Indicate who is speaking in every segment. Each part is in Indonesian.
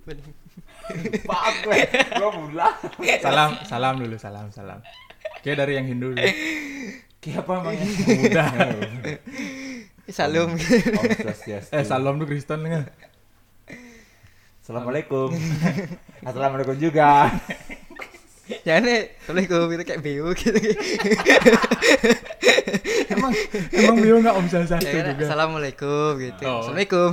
Speaker 1: Pak gue 2 bulan.
Speaker 2: Salam dulu. Kayak dari yang Hindu dulu.
Speaker 1: Kayak apa emangnya?
Speaker 2: Udah.
Speaker 3: Salam.
Speaker 1: Om Swastiastu.
Speaker 2: Salam tuh Kristen kan.
Speaker 1: Assalamualaikum. Assalamualaikum juga.
Speaker 3: Jangan assalamualaikum itu kayak beo gitu.
Speaker 2: Emang Bio enggak Om Swastiastu
Speaker 3: Ya,
Speaker 2: juga.
Speaker 3: assalamualaikum gitu.
Speaker 2: Oh.
Speaker 3: Assalamualaikum.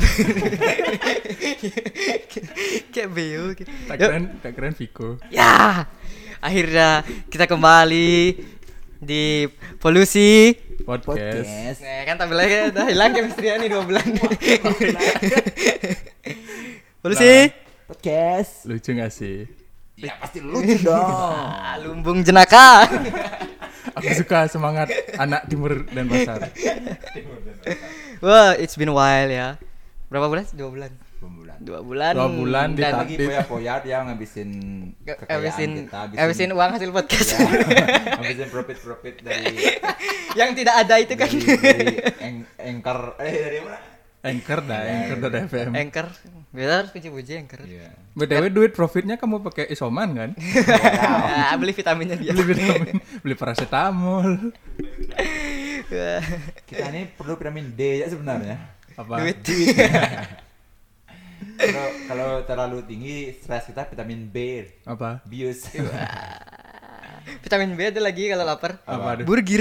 Speaker 3: Kayak beo gitu.
Speaker 2: Tak keren Viko.
Speaker 3: Ya, akhirnya kita kembali di Polusi.
Speaker 2: Podcast.
Speaker 3: Nah, kan tampilannya udah hilang chemistry-nya nih 2 bulan. Polusi.
Speaker 1: Podcast.
Speaker 2: Lucu gak sih?
Speaker 1: Ya pasti lucu dong.
Speaker 3: Lumbung jenaka.
Speaker 2: Aku suka semangat anak timur dan pasar.
Speaker 3: Wah, it's been a while ya. Berapa bulan? 2 bulan. 2 bulan.
Speaker 2: 2 bulan
Speaker 3: dan
Speaker 1: Lagi poya-poya dia ngabisin kekayaan kita,
Speaker 3: habisin uang hasil podcast.
Speaker 1: ya, ngabisin profit dari
Speaker 3: Yang tidak ada itu kan.
Speaker 1: dari anchor dari mana?
Speaker 2: Anchor.fm.
Speaker 3: Anchor. Biar harus puji-puji Anchor.
Speaker 1: Iya.
Speaker 2: BTW duit profitnya kamu pakai isoman kan?
Speaker 3: Beli vitaminnya dia.
Speaker 2: Beli vitamin, beli paracetamol.
Speaker 1: Kita ini perlu vitamin D ya sebenarnya.
Speaker 2: Apa?
Speaker 3: Duit.
Speaker 1: Kalau terlalu tinggi stres kita vitamin B.
Speaker 2: Apa?
Speaker 1: Bius.
Speaker 3: Vitamin B ada lagi kalau lapar.
Speaker 2: Apa?
Speaker 3: Burger.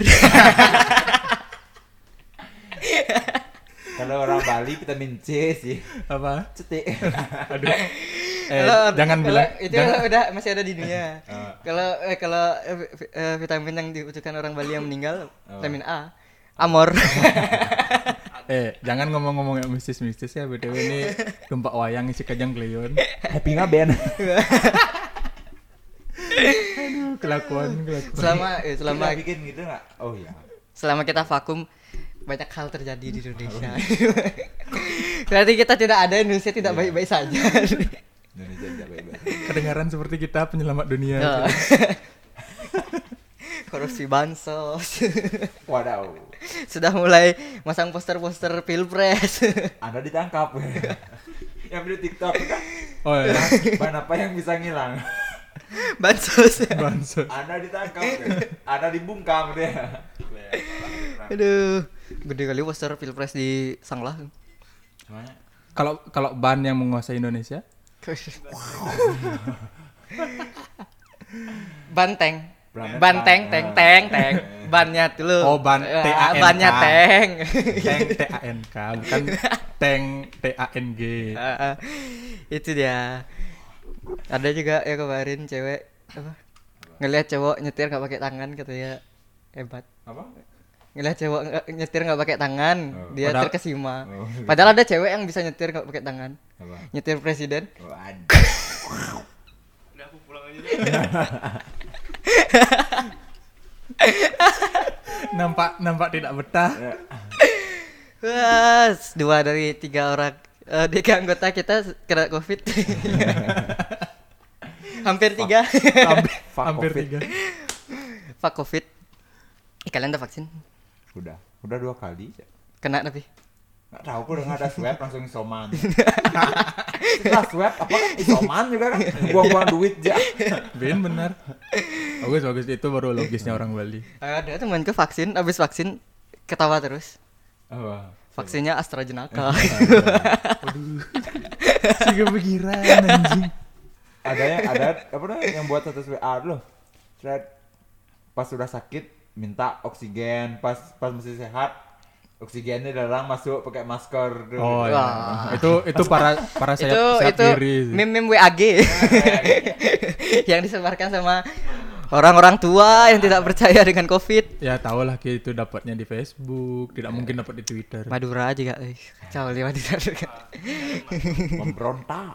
Speaker 1: Kalau orang Bali vitamin C sih.
Speaker 2: Apa?
Speaker 1: Cetek.
Speaker 2: Aduh. Jangan bilang
Speaker 3: itu
Speaker 2: jangan,
Speaker 3: udah masih ada di dunia. Kalau vitamin yang dibutuhkan orang Bali yang meninggal, vitamin A, Amor.
Speaker 2: jangan ngomong-ngomong yang mistis-mistis ya. BTW ini tumpak wayang isi kajang kleyon.
Speaker 1: Happy ngaben.
Speaker 2: Aduh, kelakuan.
Speaker 3: Selama
Speaker 1: bikin gitu enggak? Oh iya.
Speaker 3: selama kita vakum banyak hal terjadi di Indonesia. Berarti kita tidak ada, Indonesia tidak baik-baik saja.
Speaker 1: Indonesia tidak baik-baik.
Speaker 2: Kedengaran seperti kita penyelamat dunia.
Speaker 3: Oh. Korupsi bansos.
Speaker 1: Wadaw.
Speaker 3: Sudah mulai masang poster-poster pilpres.
Speaker 1: Anda ditangkap. Yang video TikTok kan.
Speaker 2: Oh ya.
Speaker 1: Ban apa yang bisa ngilang?
Speaker 3: Bansos.
Speaker 2: Bansos.
Speaker 1: Anda ditangkap. Anda dibungkam dia.
Speaker 3: Aduh, gede kali poster pilpres di Sanglah.
Speaker 2: Kalau ban yang menguasai Indonesia?
Speaker 3: Banteng.
Speaker 1: Planet
Speaker 3: Banteng,
Speaker 1: Bang.
Speaker 3: teng. Bannya dulu.
Speaker 2: Oh, ban TANK.
Speaker 3: Bannya teng.
Speaker 2: Teng TANK, bukan teng TANG.
Speaker 3: Itu dia. Ada juga ya kemarin cewek apa? Ngelihat cowok nyetir enggak pakai tangan katanya hebat.
Speaker 1: Apa?
Speaker 3: Ngelihat cowok nyetir enggak pakai tangan, dia
Speaker 2: Padahal-
Speaker 3: terkesima.
Speaker 1: Oh.
Speaker 3: Padahal ada cewek yang bisa nyetir enggak pakai tangan.
Speaker 1: Apa?
Speaker 3: Nyetir presiden.
Speaker 1: Waduh.
Speaker 3: Udah aku pulang aja.
Speaker 2: Nampak tidak betah.
Speaker 3: Wah, 2 dari 3 orang 3 anggota kita kena Covid. Hampir 3.
Speaker 2: Hampir
Speaker 1: Covid.
Speaker 2: 3.
Speaker 3: Fuck Covid. Kalian udah vaksin?
Speaker 1: Udah 2 kali.
Speaker 3: Kena tapi.
Speaker 1: Nggak tahu, aku udah nggak ada swab langsung isoman. Setelah swab apa kan isoman juga kan, buang-buang duit aja.
Speaker 2: Benar. Bagus itu baru logisnya orang Bali.
Speaker 3: Ada temanku vaksin, habis vaksin ketawa terus.
Speaker 1: Apa?
Speaker 3: Vaksinnya AstraZeneca.
Speaker 2: Si kepikiran anjing.
Speaker 1: Ada apa namanya yang buat status WA dulu. Pas sudah sakit minta oksigen, pas masih sehat oksigennya dalam masuk pakai masker dulu.
Speaker 2: Oh
Speaker 3: Wah.
Speaker 2: ya. Itu para sehat
Speaker 3: itu
Speaker 2: diri.
Speaker 3: meme WAG yang disebarkan sama orang-orang tua yang tidak percaya dengan Covid.
Speaker 2: Ya tahu lah itu dapatnya di Facebook, tidak mungkin dapat di Twitter.
Speaker 3: Madura juga, kacau lihat Madura.
Speaker 1: Memberontak.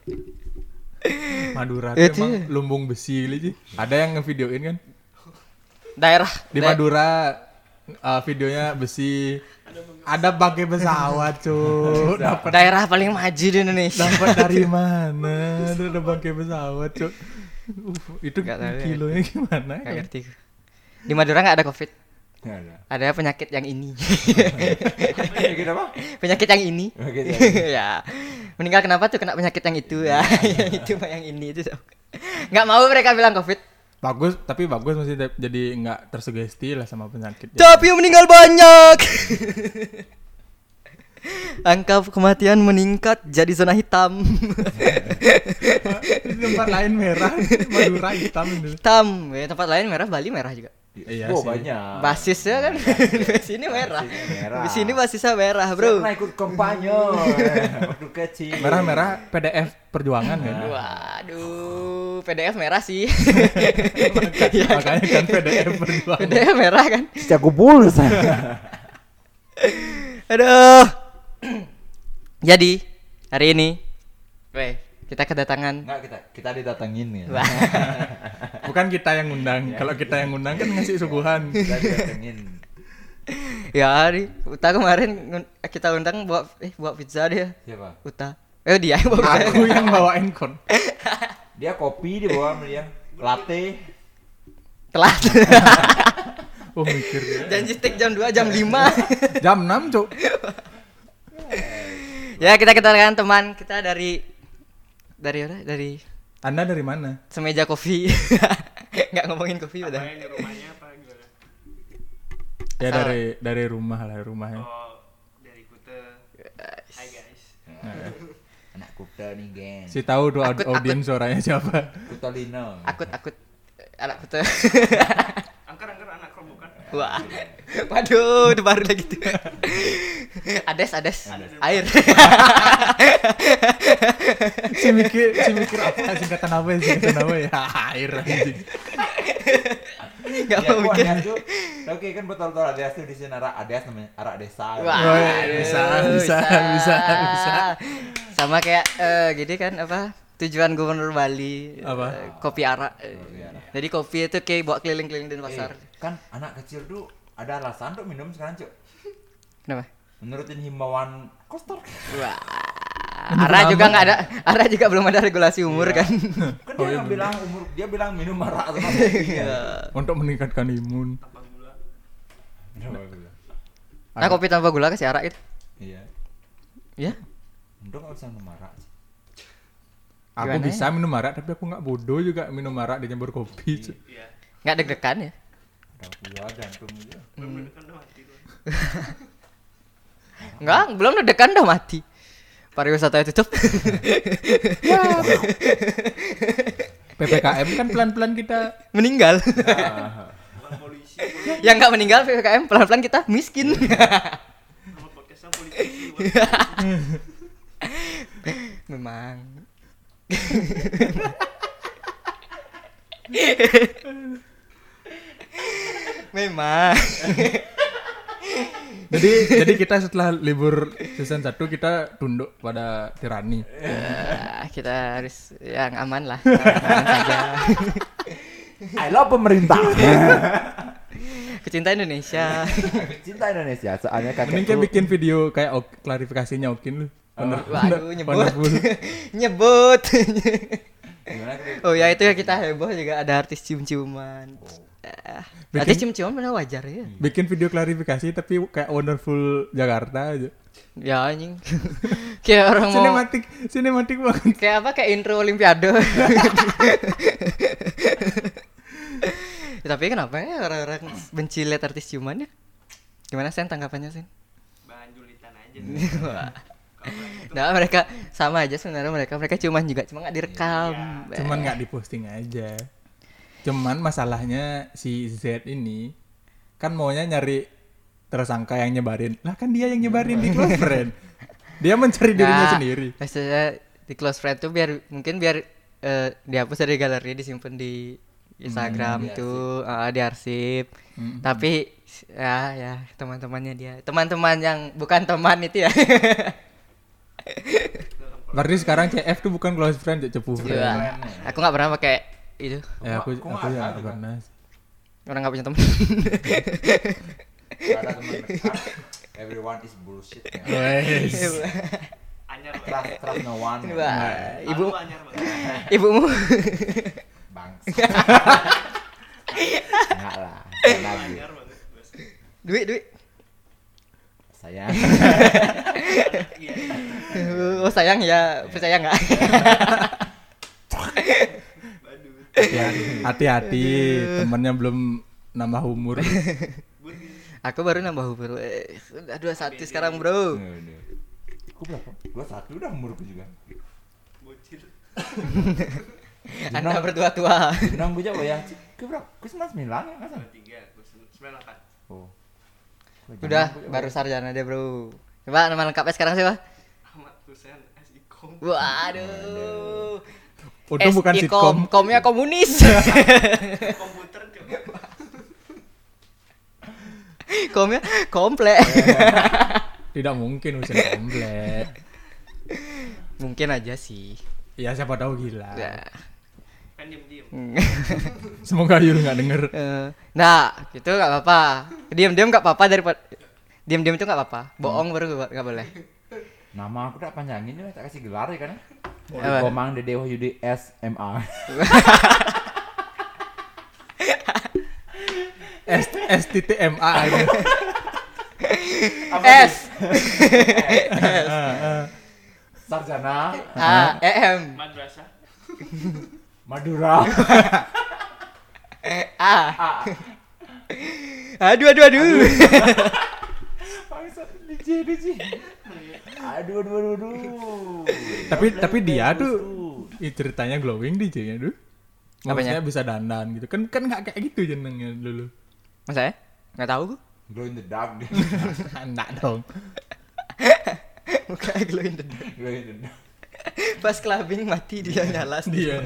Speaker 2: Madura
Speaker 3: Itu
Speaker 2: tuh emang
Speaker 3: ya.
Speaker 2: lumbung besi gitu. Ada yang ngevideoin kan?
Speaker 3: Daerah
Speaker 2: Di Madura videonya besi. Ada pakai pesawat, Cuk. Dapat
Speaker 3: daerah paling maju di Indonesia.
Speaker 2: dari mana? Ada pakai pesawat, Cuk. Itu
Speaker 3: Nggak tahu ya.
Speaker 2: kilonya gimana?
Speaker 3: Nggak ngerti. Di Madura nggak ada Covid.
Speaker 1: Nggak ada.
Speaker 3: Ada penyakit yang ini.
Speaker 1: Penyakit apa?
Speaker 3: Penyakit yang ini.
Speaker 1: Penyakit yang
Speaker 3: Ya. Meninggal kenapa tuh? Kena penyakit yang itu ya. Yang itu mah yang ini itu. Nggak mau mereka bilang COVID.
Speaker 2: Bagus, tapi bagus masih jadi nggak tersugesti lah sama penyakit.
Speaker 3: Tapi yang meninggal banyak. Angka kematian meningkat jadi zona hitam.
Speaker 2: Di tempat lain merah, Madura hitam itu.
Speaker 3: Hitam. Ya, tempat lain merah, Bali merah juga.
Speaker 2: Iya
Speaker 1: Oh,
Speaker 2: sih.
Speaker 1: banyak.
Speaker 3: Basisnya kan di sini merah.
Speaker 1: Basisnya merah.
Speaker 3: Di sini basisnya merah, Bro.
Speaker 1: Pernah ikut kampanye waktu kecil.
Speaker 2: Merah-merah PDF perjuangan kan.
Speaker 3: Waduh, PDF merah sih.
Speaker 2: Makanya kan PDF perjuangan.
Speaker 3: PDF merah kan.
Speaker 1: Jago bulus.
Speaker 3: Aduh. Jadi, hari ini kita kedatangan.
Speaker 1: Enggak, kita didatengin ya.
Speaker 3: Wah.
Speaker 2: Bukan kita yang ngundang. Kalau kita yang ngundang kan ngasih suguhan.
Speaker 1: Kita didatengin.
Speaker 3: Ya, hari Uta kemarin kita undang bawa pizza dia.
Speaker 1: Siapa?
Speaker 3: Uta. Dia yang bawa pizza.
Speaker 2: Aku yang bawain kon.
Speaker 1: Dia kopi dibawa sama dia. Latte.
Speaker 3: Telat.
Speaker 2: Oh mikir dia.
Speaker 3: Janji stick jam 2, jam 5.
Speaker 2: Jam 6 cuk.
Speaker 3: Ya, kita kedatangan teman kita dari mana? Dari
Speaker 2: Anda dari mana?
Speaker 3: Semeja Kopi. Nggak ngomongin kopi udah.
Speaker 4: Apanya di rumahnya apa gimana?
Speaker 2: Ya
Speaker 3: Asal-
Speaker 2: dari rumah lah rumahnya.
Speaker 4: Oh, dari Kute. Hai guys.
Speaker 1: Anak kuda nih, geng.
Speaker 2: Si tahu tuh
Speaker 3: Akut,
Speaker 2: audiens suaranya siapa?
Speaker 1: Kutolino.
Speaker 3: Akut anak kutu.
Speaker 4: Angker anak kerobokan.
Speaker 3: Wah. Waduh, itu baru lagi tuh. Ades. Air.
Speaker 2: si mikir apa singkatan apa ya? Air anjing.
Speaker 3: Enggak mau mikir.
Speaker 1: Oke kan betul-betul Adeas tuh di sini Adeas namanya Arak Desa.
Speaker 3: Wah,
Speaker 2: Woi, bisa.
Speaker 3: Sama kayak gini kan apa? Tujuan Gubernur Bali
Speaker 2: Apa?
Speaker 3: kopi arak. Jadi kopi itu kayak bawa keliling-keliling di pasar.
Speaker 1: Kan anak kecil tuh ada alasan untuk minum sekarang, Cuk.
Speaker 3: Kenapa?
Speaker 1: Menurutin himbauan koster.
Speaker 3: Wah. Ara juga nggak ada, Ara juga belum ada regulasi umur kan.
Speaker 1: Kan dia bilang dia bilang minum arak sama kopi.
Speaker 2: Untuk meningkatkan imun.
Speaker 4: Tanpa gula.
Speaker 3: Nah, kopi tanpa gula kasih arak itu.
Speaker 1: Iya.
Speaker 3: Ya?
Speaker 1: Untung enggak usah minum arak.
Speaker 2: Aku
Speaker 3: Gimana
Speaker 2: bisa minum arak tapi aku nggak bodoh juga minum arak dicampur kopi. Cuk.
Speaker 4: Iya.
Speaker 3: Nggak deg-degan ya?
Speaker 1: Ada gula jantung dia.
Speaker 4: Belum kan udah mati tuh.
Speaker 3: Enggak, belum deg-degan udah mati. Pariwisata tutup.
Speaker 2: PPKM kan pelan-pelan kita
Speaker 3: Meninggal.
Speaker 4: Bukan polisi.
Speaker 3: Yang nggak meninggal PPKM pelan-pelan kita miskin.
Speaker 4: Nama podcastnya polisi.
Speaker 3: Memang. Memang.
Speaker 2: jadi kita setelah libur season 1 kita tunduk pada tirani.
Speaker 3: Kita harus yang aman lah. Aman saja.
Speaker 1: I love pemerintah.
Speaker 3: Kecinta Indonesia.
Speaker 1: Cinta Indonesia soalnya kakek
Speaker 2: Mending kayak bikin video kayak klarifikasinya Okin lu.
Speaker 3: Waduh, nyebut.
Speaker 2: Wonderful.
Speaker 3: Nyebut.
Speaker 1: Gimana, Kri?
Speaker 3: Oh ya itu ya kita heboh juga ada artis cium-ciuman. Artis cium-ciuman benar wajar ya.
Speaker 2: Bikin video klarifikasi tapi kayak Wonderful Jakarta aja.
Speaker 3: Ya anjing. Kayak orang mau
Speaker 2: Sinematik banget.
Speaker 3: kayak apa kayak intro olimpiade. Ya, tapi kenapa ya orang-orang benci lihat artis ciuman ya? Gimana Sen tanggapannya Sen?
Speaker 4: Bahan julitan aja.
Speaker 3: Wah. Nah mereka sama aja sebenarnya mereka ciuman juga cuma nggak direkam.
Speaker 2: Cuman nggak diposting aja. Cuman masalahnya si Z ini kan maunya nyari tersangka yang nyebarin. Lah kan dia yang nyebarin di close friend. Dia mencari dirinya sendiri.
Speaker 3: Maksudnya di close friend tuh biar dihapus dari galeri disimpan di Instagram tuh diarsip. Tapi ya teman-temannya dia. Teman-teman yang bukan teman itu ya.
Speaker 2: Berarti sekarang CF tuh bukan close friend, cepu friend.
Speaker 3: Iya. Aku nggak pernah pakai itu.
Speaker 2: Ya aku
Speaker 1: Kok nggak
Speaker 2: ya
Speaker 1: ada
Speaker 2: nggak
Speaker 1: juga?
Speaker 2: pernah.
Speaker 3: Orang nggak punya teman.
Speaker 1: Gak ada teman dekat. Everyone is bullshit. Ya.
Speaker 2: Wes.
Speaker 4: Anyar banget.
Speaker 1: Trust no one.
Speaker 3: Wah,
Speaker 4: Ibu
Speaker 3: ibu
Speaker 4: anyar banget.
Speaker 3: ibumu.
Speaker 1: Bangsa. Enggak lah. Enggak lagi.
Speaker 4: Anyar banget. Bos.
Speaker 3: Duit.
Speaker 1: Saya.
Speaker 4: Iya.
Speaker 3: Oh sayang ya, percaya nggak?
Speaker 2: Hati-hati, temennya belum nambah umur.
Speaker 3: Aku baru nambah umur. Udah 21 sekarang bro.
Speaker 1: Aku berapa? 21 udah umurku juga.
Speaker 4: Bocil.
Speaker 3: Anda berdua tua.
Speaker 1: Nang bujak ya. Aku berapa? Aku 99 ya nggak salah.
Speaker 4: 23, aku 98.
Speaker 1: Oh.
Speaker 3: Udah baru sarjana dia bro. Coba nama lengkapnya sekarang siapa?
Speaker 4: Ahmad Hussein SIKOM.
Speaker 3: Waduh.
Speaker 2: Untung bukan sitkom.
Speaker 3: Komnya komunis.
Speaker 4: Komputer coba.
Speaker 3: Komnya komplek.
Speaker 2: Tidak mungkin usia komplek.
Speaker 3: Mungkin aja sih.
Speaker 2: Ya siapa tahu gila.
Speaker 3: Ya.
Speaker 4: Kan diem-diem.
Speaker 2: Semoga Yul nggak denger.
Speaker 3: Nah, itu nggak apa-apa. Diam-diam nggak apa-apa daripada diam-diam itu nggak apa-apa. Bohong baru nggak boleh.
Speaker 1: Nama aku tak panjangin ya, tak kasih gelar ya kan.
Speaker 3: Apa?
Speaker 1: Komang Dede Wahyudi SMA.
Speaker 2: STTMA aja.
Speaker 3: S
Speaker 1: Sarjana
Speaker 3: A EM
Speaker 4: Madrasah.
Speaker 1: Madura.
Speaker 3: A. Aduh.
Speaker 1: Bangsat DJ. Aduh.
Speaker 2: Tapi dia tuh ceritanya glowing DJ-nya tuh. Maksudnya bisa dandan gitu. Kan enggak kayak gitu jenengnya dulu.
Speaker 3: Masa ya? Nggak tahu gue.
Speaker 1: Glow in the dark dia.
Speaker 2: Enggak dong.
Speaker 3: Muka glow in the dark.
Speaker 1: Glow in the dark.
Speaker 3: Pas clubbing mati dia nyala
Speaker 2: Dia.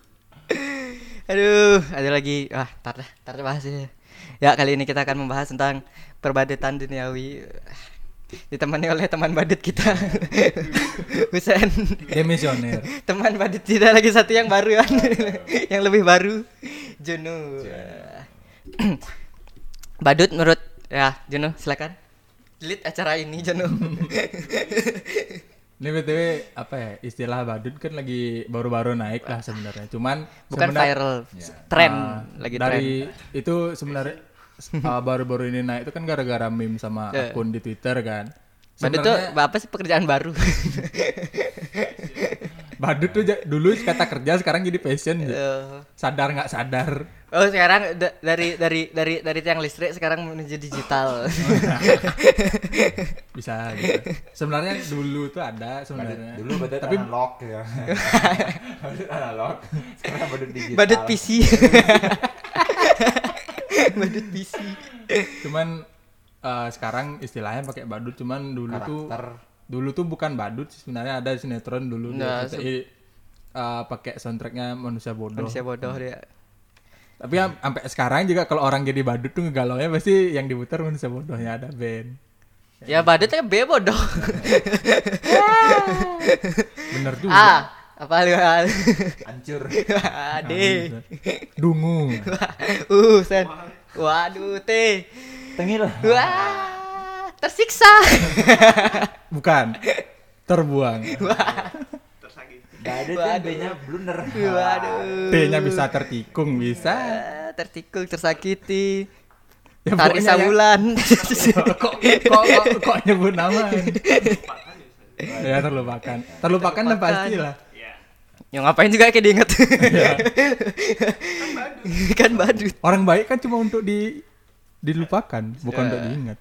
Speaker 3: Aduh, ada lagi. Tar bahas ini. Ya, kali ini kita akan membahas tentang perbadetan duniawi. Ditemani oleh teman badut kita. Husen.
Speaker 2: Demisioner.
Speaker 3: Teman badut kita lagi satu yang baru kan. Yang lebih baru. Juno. Badut menurut ya, Juno silakan. Lead acara ini Juno.
Speaker 2: Ini BTW apa ya? Istilah badut kan lagi baru-baru naik lah sebenarnya. Cuman
Speaker 3: Bukan viral, tren lagi tren.
Speaker 2: dari itu sebenarnya baru-baru ini naik itu kan gara-gara meme sama akun di Twitter kan.
Speaker 3: Badut tuh apa sih pekerjaan baru?
Speaker 2: Badut tuh dulu kata kerja, sekarang jadi passion. Sadar nggak sadar.
Speaker 3: Oh sekarang dari tiang listrik sekarang menuju digital.
Speaker 2: Bisa gitu. Sebenarnya dulu tuh ada sebenarnya.
Speaker 1: Dulu badut
Speaker 2: tapi
Speaker 1: analog ya. Badut analog. Sekarang badut digital.
Speaker 3: Badut PC. Badut PC.
Speaker 2: Cuman sekarang istilahnya pakai badut, cuman dulu tuh bukan badut sih, sebenarnya ada sinetron dulu pakai soundtracknya Manusia Bodoh.
Speaker 3: Manusia bodoh dia.
Speaker 2: Tapi sampai sekarang juga kalau orang jadi badut tuh ngegalaunya pasti yang diputar Manusia Bodohnya, ada band.
Speaker 3: Ya badutnya B bodoh.
Speaker 2: Bener juga.
Speaker 3: Apa hal?
Speaker 1: Hancur.
Speaker 3: Ade.
Speaker 2: Dungu.
Speaker 3: Sen. Waduh, teh.
Speaker 1: Tengil.
Speaker 3: Wah, tersiksa.
Speaker 2: Bukan. Terbuang.
Speaker 4: Tersakiti.
Speaker 1: Gak ada tuh B-nya blunder.
Speaker 3: Waduh.
Speaker 2: T-nya bisa tertikung, bisa.
Speaker 3: Tertikung, tersakiti.
Speaker 2: Ya,
Speaker 3: Tari
Speaker 2: pokoknya
Speaker 3: Sabulan.
Speaker 2: kok nyebut nama.
Speaker 4: Lupakan ya.
Speaker 2: Ya terlupakan dan pastilah.
Speaker 4: Iya.
Speaker 3: Ya ngapain juga kayak diinget. Kan badut.
Speaker 2: Orang baik kan cuma untuk dilupakan, bukan untuk diingat.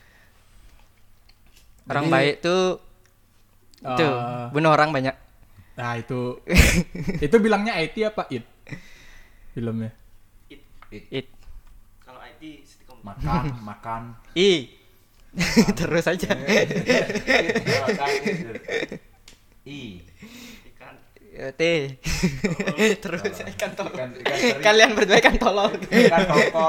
Speaker 3: Orang
Speaker 2: Jadi,
Speaker 3: baik tuh itu bunuh orang banyak.
Speaker 2: Nah itu bilangnya IT apa IT filmnya?
Speaker 3: It.
Speaker 4: Kalau IT sitkom.
Speaker 1: Makan.
Speaker 3: I. Terus aja.
Speaker 1: I.
Speaker 4: Ikan.
Speaker 3: T. Terus ikan tolol.
Speaker 1: Ikan teri.
Speaker 3: Kalian berdua ikan tolol.
Speaker 1: Ikan tongkol.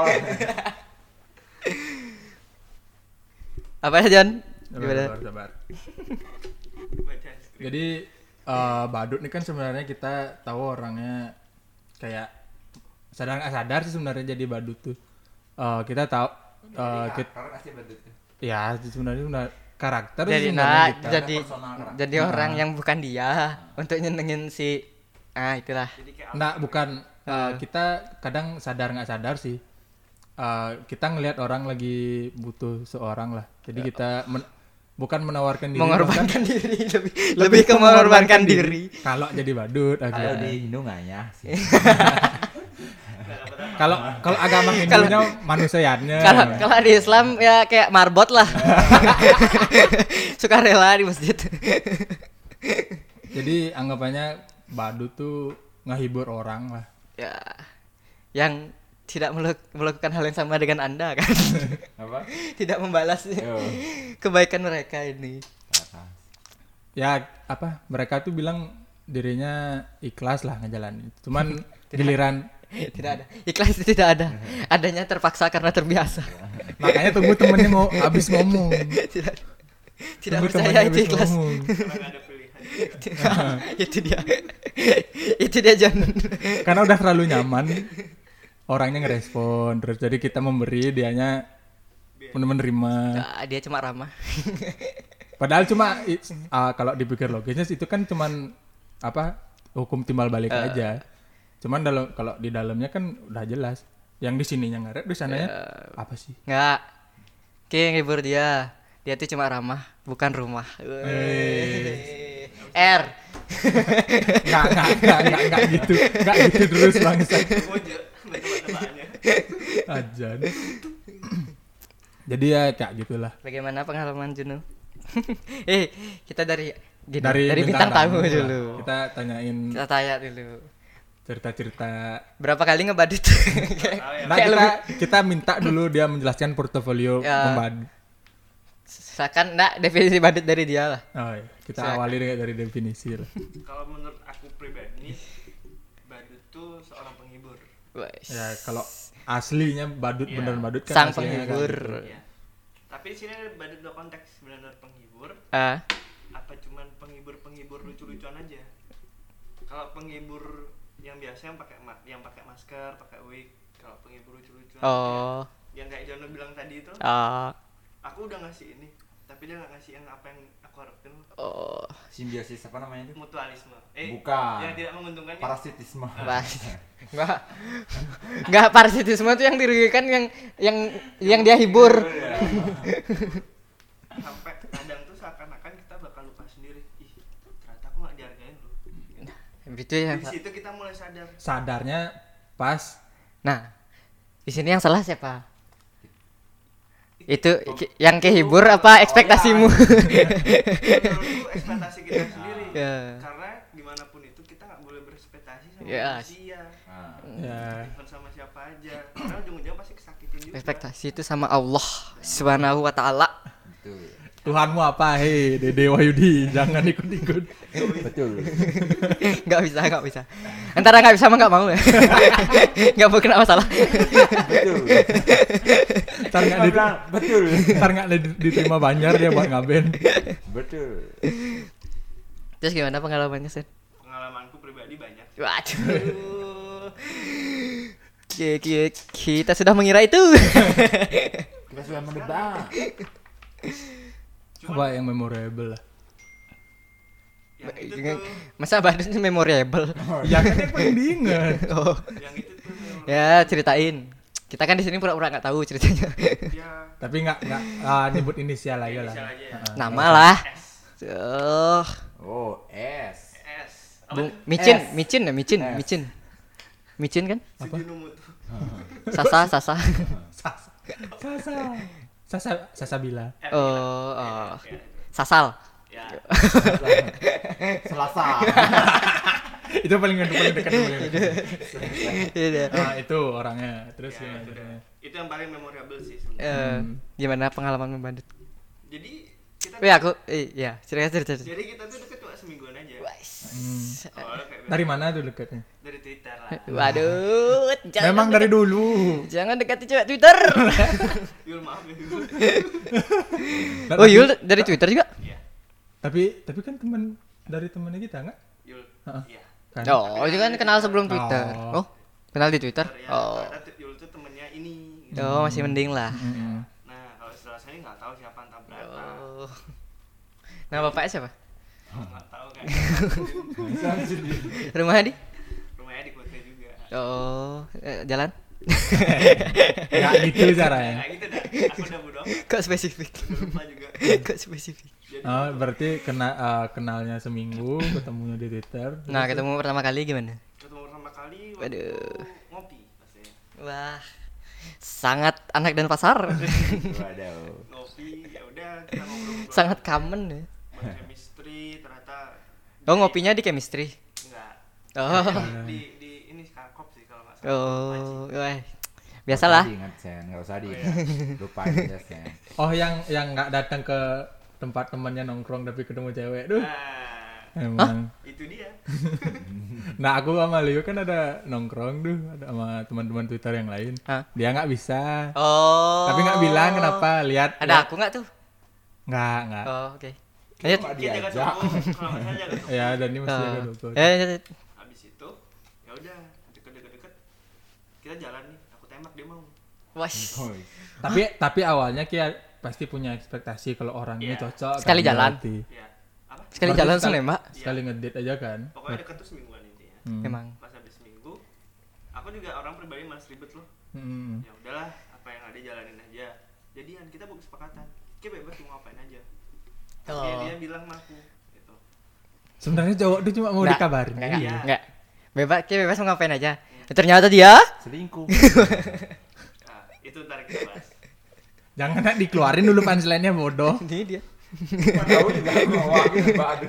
Speaker 3: Apa ya, Jon? Gimana?
Speaker 2: Sabar.
Speaker 4: Baca skrip.
Speaker 2: Jadi badut ini kan sebenarnya kita tahu orangnya kayak sadar nggak sadar sih sebenarnya jadi badut tuh. Kita tahu ya sebenarnya karakter
Speaker 3: Jadi
Speaker 2: sebenarnya kita.
Speaker 3: jadi orang yang bukan dia untuk nyenengin si itulah.
Speaker 4: Jadi kayak
Speaker 2: Nah bukan kita kadang sadar nggak sadar sih. Kita ngelihat orang lagi butuh seorang lah, jadi kita bukan menawarkan diri,
Speaker 3: Mengorbankan diri lebih ke mengorbankan diri.
Speaker 2: Kalau jadi badut
Speaker 1: Kalau
Speaker 2: agak.
Speaker 1: di Hindu nggak ya sih.
Speaker 2: Kalau agama Hindunya manusianya.
Speaker 3: Kalau di Islam ya kayak marbot lah. Sukarela di masjid.
Speaker 2: Jadi anggapannya badut tuh ngehibur orang lah.
Speaker 3: Ya, yang tidak melakukan hal yang sama dengan Anda kan.
Speaker 1: Apa?
Speaker 3: Tidak membalas
Speaker 1: Yo.
Speaker 3: kebaikan mereka ini.
Speaker 2: Ya apa? Mereka tuh bilang dirinya ikhlas lah ngejalanin. Cuman giliran
Speaker 3: Tidak ada. Ikhlas itu tidak ada. Adanya terpaksa karena terbiasa.
Speaker 2: makanya tunggu temennya mau habis ngomong.
Speaker 3: Tidak
Speaker 2: Tunggu
Speaker 3: percaya
Speaker 2: temennya
Speaker 3: itu
Speaker 2: habis
Speaker 3: ikhlas.
Speaker 2: ngomong.
Speaker 4: Karena ada pilihan.
Speaker 3: Itu dia. Itu dia John.
Speaker 2: Karena udah terlalu nyaman orangnya ngerespon terus jadi kita memberi dianya menerima.
Speaker 3: Nah, dia cuma ramah.
Speaker 2: Padahal cuma kalau dipikir logisnya itu kan cuman apa hukum timbal balik aja. Cuman kalau di dalamnya kan udah jelas. Yang di sininya ngaret, di sananya apa sih?
Speaker 3: Enggak. Oke, ngibur dia. Dia tuh cuma ramah, bukan rumah. R.
Speaker 2: Enggak gitu. Enggak gitu terus bangsa.
Speaker 4: Wajah, tebak-tebakannya.
Speaker 2: Ajan. Jadi ya kayak gitulah.
Speaker 3: Bagaimana pengalaman Juno? Kita dari
Speaker 2: Dari
Speaker 3: bintang tamu
Speaker 2: lah.
Speaker 3: dulu.
Speaker 2: Kita tanyain
Speaker 3: Kita tanya dulu.
Speaker 2: cerita-cerita.
Speaker 3: Berapa kali ngebadut?
Speaker 2: Nah, kita minta dulu dia menjelaskan portofolio
Speaker 3: Ya.
Speaker 2: membadut.
Speaker 3: Misalkan definisi badut dari dia lah.
Speaker 2: Oh, iya. Kita
Speaker 3: Silakan.
Speaker 2: awali dari definisi lah.
Speaker 4: Kalau menurut aku pribadi, badut tuh seorang penghibur.
Speaker 3: Wes.
Speaker 2: Ya kalau aslinya badut
Speaker 4: Iya.
Speaker 2: beneran badut kan
Speaker 3: Sang
Speaker 2: aslinya
Speaker 3: penghibur.
Speaker 2: kan gitu.
Speaker 4: Ya. Tapi di sini ada badut dua konteks, benar-benar penghibur.
Speaker 3: Ah,
Speaker 4: Apa cuman penghibur lucu-lucuan aja? Kalau penghibur yang biasa yang pakai masker, pakai wig. Kalau penghibur lucu-lucuan,
Speaker 3: oh.
Speaker 4: yang kayak Jono bilang tadi itu,
Speaker 3: Ah.
Speaker 4: aku udah ngasih ini, tapi dia nggak ngasih yang apa yang aku harapin.
Speaker 3: Oh.
Speaker 1: Simbiosis apa namanya itu?
Speaker 4: Mutualisme.
Speaker 1: Bukan.
Speaker 4: Yang tidak menguntungkan.
Speaker 1: Parasitisme.
Speaker 3: Enggak parasitisme tuh yang dirugikan yang dia hibur.
Speaker 4: Sampai kadang tuh seakan-akan kita bakal lupa sendiri. Ih, ternyata aku nggak dihargain loh.
Speaker 3: Itu ya.
Speaker 4: Di situ kita mulai sadar.
Speaker 2: Sadarnya pas
Speaker 3: Nah, di sini yang salah siapa? Itu yang kehibur apa ekspektasimu?
Speaker 4: Menurutku ekspektasi kita sendiri.
Speaker 3: Ya.
Speaker 4: Karena gimana pun itu kita nggak boleh berekspektasi sama
Speaker 3: Ya.
Speaker 4: manusia.
Speaker 1: Nah,
Speaker 2: ya
Speaker 4: Bukan sama siapa aja. Karena ujung-ujungnya pasti kesakitin juga.
Speaker 3: Ekspektasi itu sama Allah Subhanahu wa taala.
Speaker 1: betul.
Speaker 2: Tuhanmu apa hei Dede Wahyudi jangan ikut-ikut.
Speaker 1: Betul.
Speaker 3: Enggak bisa. Antara enggak bisa sama enggak mau ya. Enggak mau kena masalah.
Speaker 1: Betul.
Speaker 2: Ntar nggak diterima Banjar dia buat ngaben.
Speaker 1: Betul.
Speaker 3: Terus gimana pengalamannya, Sen?
Speaker 4: Pengalamanku pribadi banyak.
Speaker 3: Waduh. Kita sudah mengira itu.
Speaker 1: Kita sudah menebak.
Speaker 2: Apa yang memorable lah?
Speaker 4: Yang itu tuh,
Speaker 3: Masa badutnya memorable?
Speaker 2: Ya kan yang paling diingat.
Speaker 3: Oh.
Speaker 4: yang itu tuh
Speaker 3: Ya, ceritain. Kita kan di sini pura-pura enggak tahu ceritanya.
Speaker 4: ya
Speaker 2: Tapi nggak nyebut inisial aja lah.
Speaker 4: inisial aja ya.
Speaker 3: Nama lah.
Speaker 4: S.
Speaker 3: Oh.
Speaker 1: Oh, S.
Speaker 4: S. Apa
Speaker 3: Bung
Speaker 4: tuh?
Speaker 3: Micin,
Speaker 1: S.
Speaker 3: Micin ya, Micin,
Speaker 1: S.
Speaker 3: Micin. Micin kan?
Speaker 4: Sejunumu tuh.
Speaker 3: Sasa.
Speaker 2: Sasabila.
Speaker 4: F,
Speaker 3: Oh,
Speaker 4: ya.
Speaker 3: oh.
Speaker 4: F, ya.
Speaker 3: Sasal.
Speaker 4: Ya.
Speaker 1: Selasa.
Speaker 2: Itu paling dekat dulu.
Speaker 3: Iya.
Speaker 2: Nah, itu orangnya. Terus
Speaker 4: Ya,
Speaker 2: gimana
Speaker 4: itu
Speaker 2: ceritanya?
Speaker 4: dah. Itu yang paling memorable sih sebenarnya.
Speaker 3: Gimana pengalaman membandut?
Speaker 4: Jadi kita
Speaker 3: cerita.
Speaker 4: Jadi kita tuh deket cuma semingguan aja. Awalnya kayak
Speaker 2: Dari mana tuh dekatnya?
Speaker 4: dari Twitter lah.
Speaker 3: Waduh,
Speaker 2: Memang dari dulu.
Speaker 3: jangan dekati cewek Twitter.
Speaker 4: Yul maaf ya.
Speaker 3: Oh, Yul dari Twitter juga?
Speaker 4: Iya.
Speaker 2: Tapi kan dari temannya kita nggak?
Speaker 4: Yul.
Speaker 2: Heeh.
Speaker 4: Iya.
Speaker 2: Kan?
Speaker 3: Oh, itu kan kenal sebelum Twitter.
Speaker 2: Oh.
Speaker 3: Oh, kenal di Twitter?
Speaker 4: Ya,
Speaker 3: Oh.
Speaker 4: ternyata Yul tuh temennya ini. gitu.
Speaker 3: Oh, masih mending lah.
Speaker 2: Mm-mm.
Speaker 4: Nah, kalau setelah saya nggak tahu siapa entah berapa.
Speaker 3: Oh. Nah, bapaknya siapa?
Speaker 4: Nggak tahu kan.
Speaker 3: Rumahnya di?
Speaker 4: Rumahnya di Kutai juga.
Speaker 3: Oh, jalan?
Speaker 2: Nggak gitu caranya.
Speaker 4: Kayak gitu dah. Aku udah bodo amat.
Speaker 3: Kok spesifik?
Speaker 4: Udah lupa juga.
Speaker 3: Kok spesifik?
Speaker 4: Jadi
Speaker 2: Oh, berarti kenalnya seminggu, ketemunya di Twitter.
Speaker 3: Nah, ketemu pertama kali gimana?
Speaker 4: ketemu pertama kali waktu
Speaker 3: Waduh.
Speaker 4: ngopi pastinya.
Speaker 3: Wah, sangat anak dan pasar.
Speaker 1: Waduh.
Speaker 4: Ngopi ya udah kita ngobrol.
Speaker 3: Sangat common ya.
Speaker 4: Chemistry ternyata.
Speaker 3: Oh, ngopinya di chemistry.
Speaker 4: Enggak.
Speaker 3: Oh.
Speaker 4: Di ini Skarkop sih kalau nggak salah.
Speaker 3: Oh, wah. Biasalah.
Speaker 1: Ingat Sen, nggak usah diingat. Lupa aja Sen.
Speaker 2: Oh, yang nggak datang ke tempat temannya nongkrong tapi ketemu cewek. Duh.
Speaker 4: Nah,
Speaker 2: Emang.
Speaker 4: itu dia.
Speaker 2: Nah, aku sama Leo kan ada nongkrong tuh, ada sama teman-teman Twitter yang lain.
Speaker 3: Hah?
Speaker 2: Dia nggak bisa.
Speaker 3: Oh.
Speaker 2: Tapi nggak bilang kenapa. Lihat.
Speaker 3: Ada aku nggak tuh?
Speaker 2: Nggak.
Speaker 3: Oh, oke. Lanjut.
Speaker 1: Cuma
Speaker 4: Dia jaga
Speaker 1: diajak.
Speaker 4: toko, kalau nggak salah jaga toko.
Speaker 2: Ya, dan ini masih ada
Speaker 3: Oh.
Speaker 2: logo.
Speaker 3: Lanjut.
Speaker 4: Habis itu ya udah deket kita jalan nih. Aku tembak dia mau.
Speaker 3: Wah.
Speaker 1: Woi.
Speaker 2: Tapi awalnya Kia pasti punya ekspektasi kalau orang ini
Speaker 4: Iya.
Speaker 2: cocok.
Speaker 3: Sekali
Speaker 2: kan,
Speaker 3: jalan.
Speaker 2: berarti.
Speaker 4: Ya. Apa?
Speaker 3: Sekali
Speaker 2: Berarti
Speaker 3: jalan langsung
Speaker 2: sekali-
Speaker 3: nembak.
Speaker 2: Sekali ngedate aja kan.
Speaker 4: Pokoknya deket tuh semingguan intinya.
Speaker 2: Hmm.
Speaker 3: Memang.
Speaker 4: Pas habis seminggu, aku juga orang pribadi malas ribet loh.
Speaker 2: Hmm.
Speaker 4: Ya udahlah, apa yang ada jalanin aja. Jadian kita buat kesepakatan. Kita bebas mau ngapain aja.
Speaker 3: Oh.
Speaker 4: Dia bilang sama aku gitu.
Speaker 2: Sebenarnya cowok tuh cuma mau
Speaker 3: Nggak,
Speaker 2: dikabarin.
Speaker 3: Enggak,
Speaker 4: Iya.
Speaker 3: enggak. Bebas mau ngapain aja. Ternyata dia
Speaker 1: Selingkuh.
Speaker 4: Nah, itu ntar kita bahas.
Speaker 2: Jangan nak dikeluarin dulu punchline-nya bodoh.
Speaker 3: ini dia.
Speaker 1: Tahu juga bahwa aduh.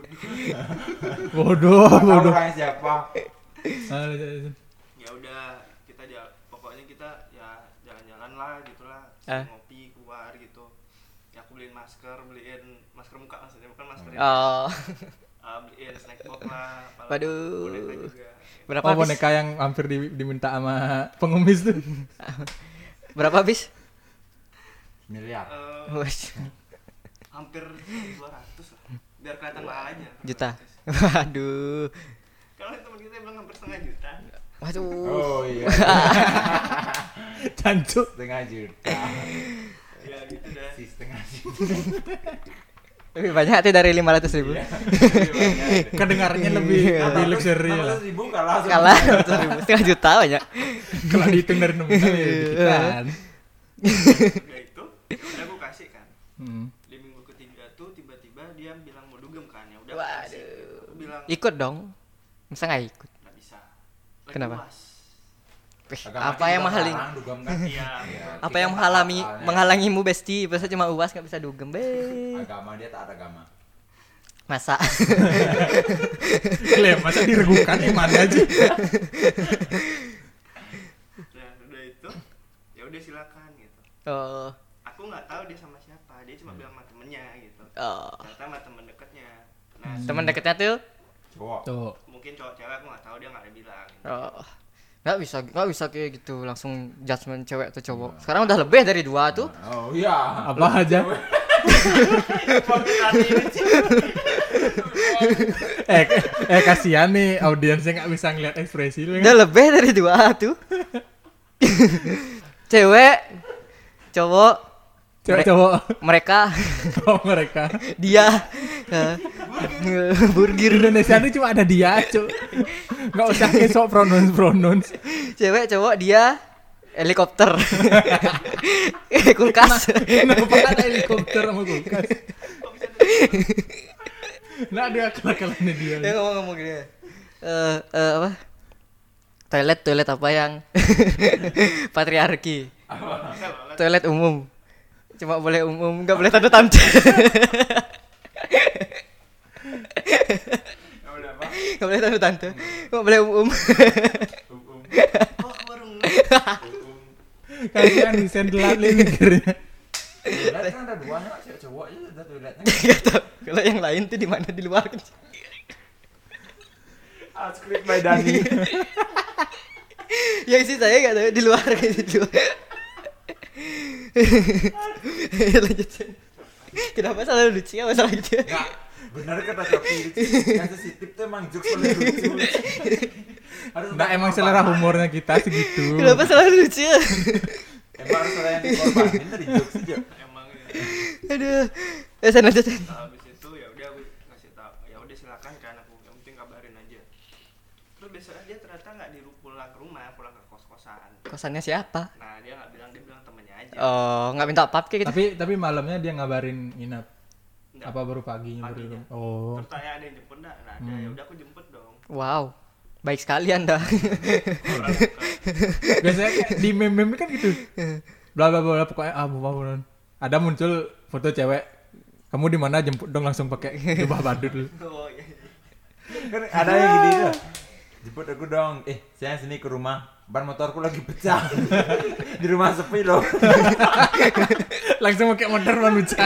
Speaker 2: Bodoh.
Speaker 1: Tahu orangnya siapa?
Speaker 2: Ah, lanjut.
Speaker 4: Ya udah, pokoknya kita ya jalan-jalan lah gitulah.
Speaker 3: Ah.
Speaker 4: Ngopi keluar gitu. Ya aku beliin masker muka maksudnya, bukan masker ini.
Speaker 3: Oh.
Speaker 4: Beliin snack box lah. apalagi
Speaker 3: Waduh.
Speaker 4: boneka juga.
Speaker 3: Berapa
Speaker 2: Oh,
Speaker 3: habis?
Speaker 2: boneka yang hampir diminta sama pengemis tuh.
Speaker 3: Berapa habis?
Speaker 1: Miliar.
Speaker 3: Wes.
Speaker 4: Hampir 200 lah. Biar kelihatan mahal aja.
Speaker 3: Juta. Waduh.
Speaker 4: Kalau teman kita bilang hampir setengah juta.
Speaker 3: Waduh.
Speaker 1: Oh iya.
Speaker 2: Cancuk.
Speaker 1: Setengah juta.
Speaker 4: Ya gitu dah.
Speaker 1: Si setengah juta.
Speaker 3: Lebih banyak tuh dari 500.000.
Speaker 1: Iya.
Speaker 2: Kedengarannya lebih luxury lah.
Speaker 1: 600.000 kalah.
Speaker 3: Kalah 500.000. Setengah juta banyak.
Speaker 2: Kalau dihitung dari nominal ya dikitan.
Speaker 4: Udah itu, udah aku kasih kan. Di minggu ketiga tuh tiba-tiba dia bilang mau dugem kan. Ya udah aku kasih.
Speaker 3: Waduh.
Speaker 4: Aku bilang
Speaker 3: Ikut dong. Masa nggak ikut?
Speaker 4: nggak bisa. Lagi
Speaker 3: Kenapa?
Speaker 4: UAS.
Speaker 3: Wih,
Speaker 1: Agama
Speaker 3: apa
Speaker 1: kita
Speaker 3: yang menghalangi?
Speaker 1: larang dugem kan?
Speaker 4: Iya.
Speaker 3: Apa
Speaker 1: Kita
Speaker 3: yang
Speaker 1: taat soalnya.
Speaker 3: menghalangimu besti? Biasa cuma UAS nggak bisa dugem be.
Speaker 1: Agama dia tak ada agama.
Speaker 3: Masa?
Speaker 2: Klaim masa diragukan iman aja.
Speaker 4: Nah, udah itu ya udah silakan gitu.
Speaker 3: Oh.
Speaker 4: Aku nggak tahu dia sama siapa. Dia cuma bilang sama temennya gitu.
Speaker 3: Oh.
Speaker 4: Ternyata sama temen dekatnya. Nah,
Speaker 3: Teman dekatnya tuh?
Speaker 1: Cowok.
Speaker 2: Tuh.
Speaker 4: mungkin cowok cewek aku nggak tahu, dia nggak ada bilang.
Speaker 3: Oh. Nggak bisa kayak gitu langsung judgement cewek atau cowok. Sekarang udah lebih dari 2 tuh.
Speaker 1: Oh iya.
Speaker 2: Apa aja? Kasihan nih audiensnya nggak bisa ngeliat ekspresi lu.
Speaker 3: Udah lebih dari 2 tuh. Cewek, cowok,
Speaker 2: Cowok
Speaker 3: mereka,
Speaker 2: oh, mereka.
Speaker 3: dia, burgir.
Speaker 2: Indonesia ini cuma ada dia, Cuk. Nggak usah esok pronounce.
Speaker 3: Cewek, cowok, dia, helikopter, kulkas.
Speaker 2: Kenapa ada helikopter sama kulkas? Nah, ada akal-akalannya dia.
Speaker 3: Dia ngomong gini. Apa? Toilet apa yang patriarki? Toilet umum. Cuma boleh umum, nggak boleh tante-tante. Nggak boleh tante-tante. Cuma boleh umum.
Speaker 4: Oh, warung.
Speaker 2: Kasihan desain telat nih mikirnya.
Speaker 1: Toilet kan ada dua nih, cewek cowok aja ada toiletnya.
Speaker 3: Nggak tahu. Kalau yang lain tuh di mana, di luar kan?
Speaker 1: Script by Dani.
Speaker 3: Yang sih saya nggak tahu, di luar gitu, di luar. Lanjut. Kenapa salah lucu ya masalah gitu?
Speaker 1: Enggak, bener kata Sophie. Yang sensitif tuh emang jokes paling lucu.
Speaker 2: Nggak, emang selera humornya kita segitu.
Speaker 3: Kenapa salah lucu ya?
Speaker 1: Emang harus ada yang dikorbanin dari jokes aja.
Speaker 4: Emang ya.
Speaker 3: Aduh. Saya lanjut.
Speaker 4: Nah, habis itu ya udah aku ngasih tahu, ya udah silakan kan, aku yang penting kabarin aja. Terus besoknya dia ternyata nggak pulang ke rumah, pulang ke kos-kosan.
Speaker 3: Kosannya siapa?
Speaker 4: Nah dia nggak bilang, dia bilang temennya aja.
Speaker 3: Oh, nggak minta pap kayak gitu.
Speaker 2: Tapi malamnya dia ngabarin nginap.
Speaker 4: Nggak.
Speaker 2: Apa baru paginya baru?
Speaker 4: Paginya.
Speaker 2: Oh.
Speaker 4: Terus tanya ada yang jemput nggak? Nah ada, ya udah aku jemput dong.
Speaker 3: Wow. Baik sekali Anda.
Speaker 4: Orang bukan.
Speaker 2: Biasanya kayak di meme-meme kan gitu. Bla bla bla pokoknya apa. Ada muncul foto cewek. Kamu di mana jemput dong langsung pakai jubah badut dulu.
Speaker 4: Oh iya.
Speaker 1: Kan ada yang gini tuh. Jemput aku dong. Saya sini ke rumah. Ban motorku lagi pecah. Di rumah sepi loh.
Speaker 2: Langsung pakai motor manusia.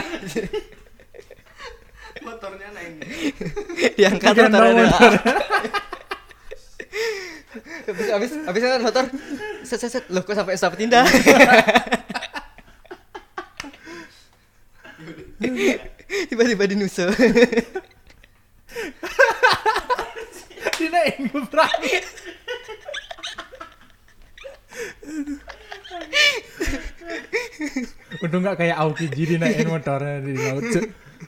Speaker 4: Motornya naik.
Speaker 3: Diangkat
Speaker 2: Digendong
Speaker 3: motornya.
Speaker 2: motor.
Speaker 3: Habis kan motor. Set. Loh kok sampai tindak. Tiba-tiba dinusuk.
Speaker 2: Dinaikin gebrak. Untung nggak kayak Aokiji dinaikin motornya di laut. Cuk.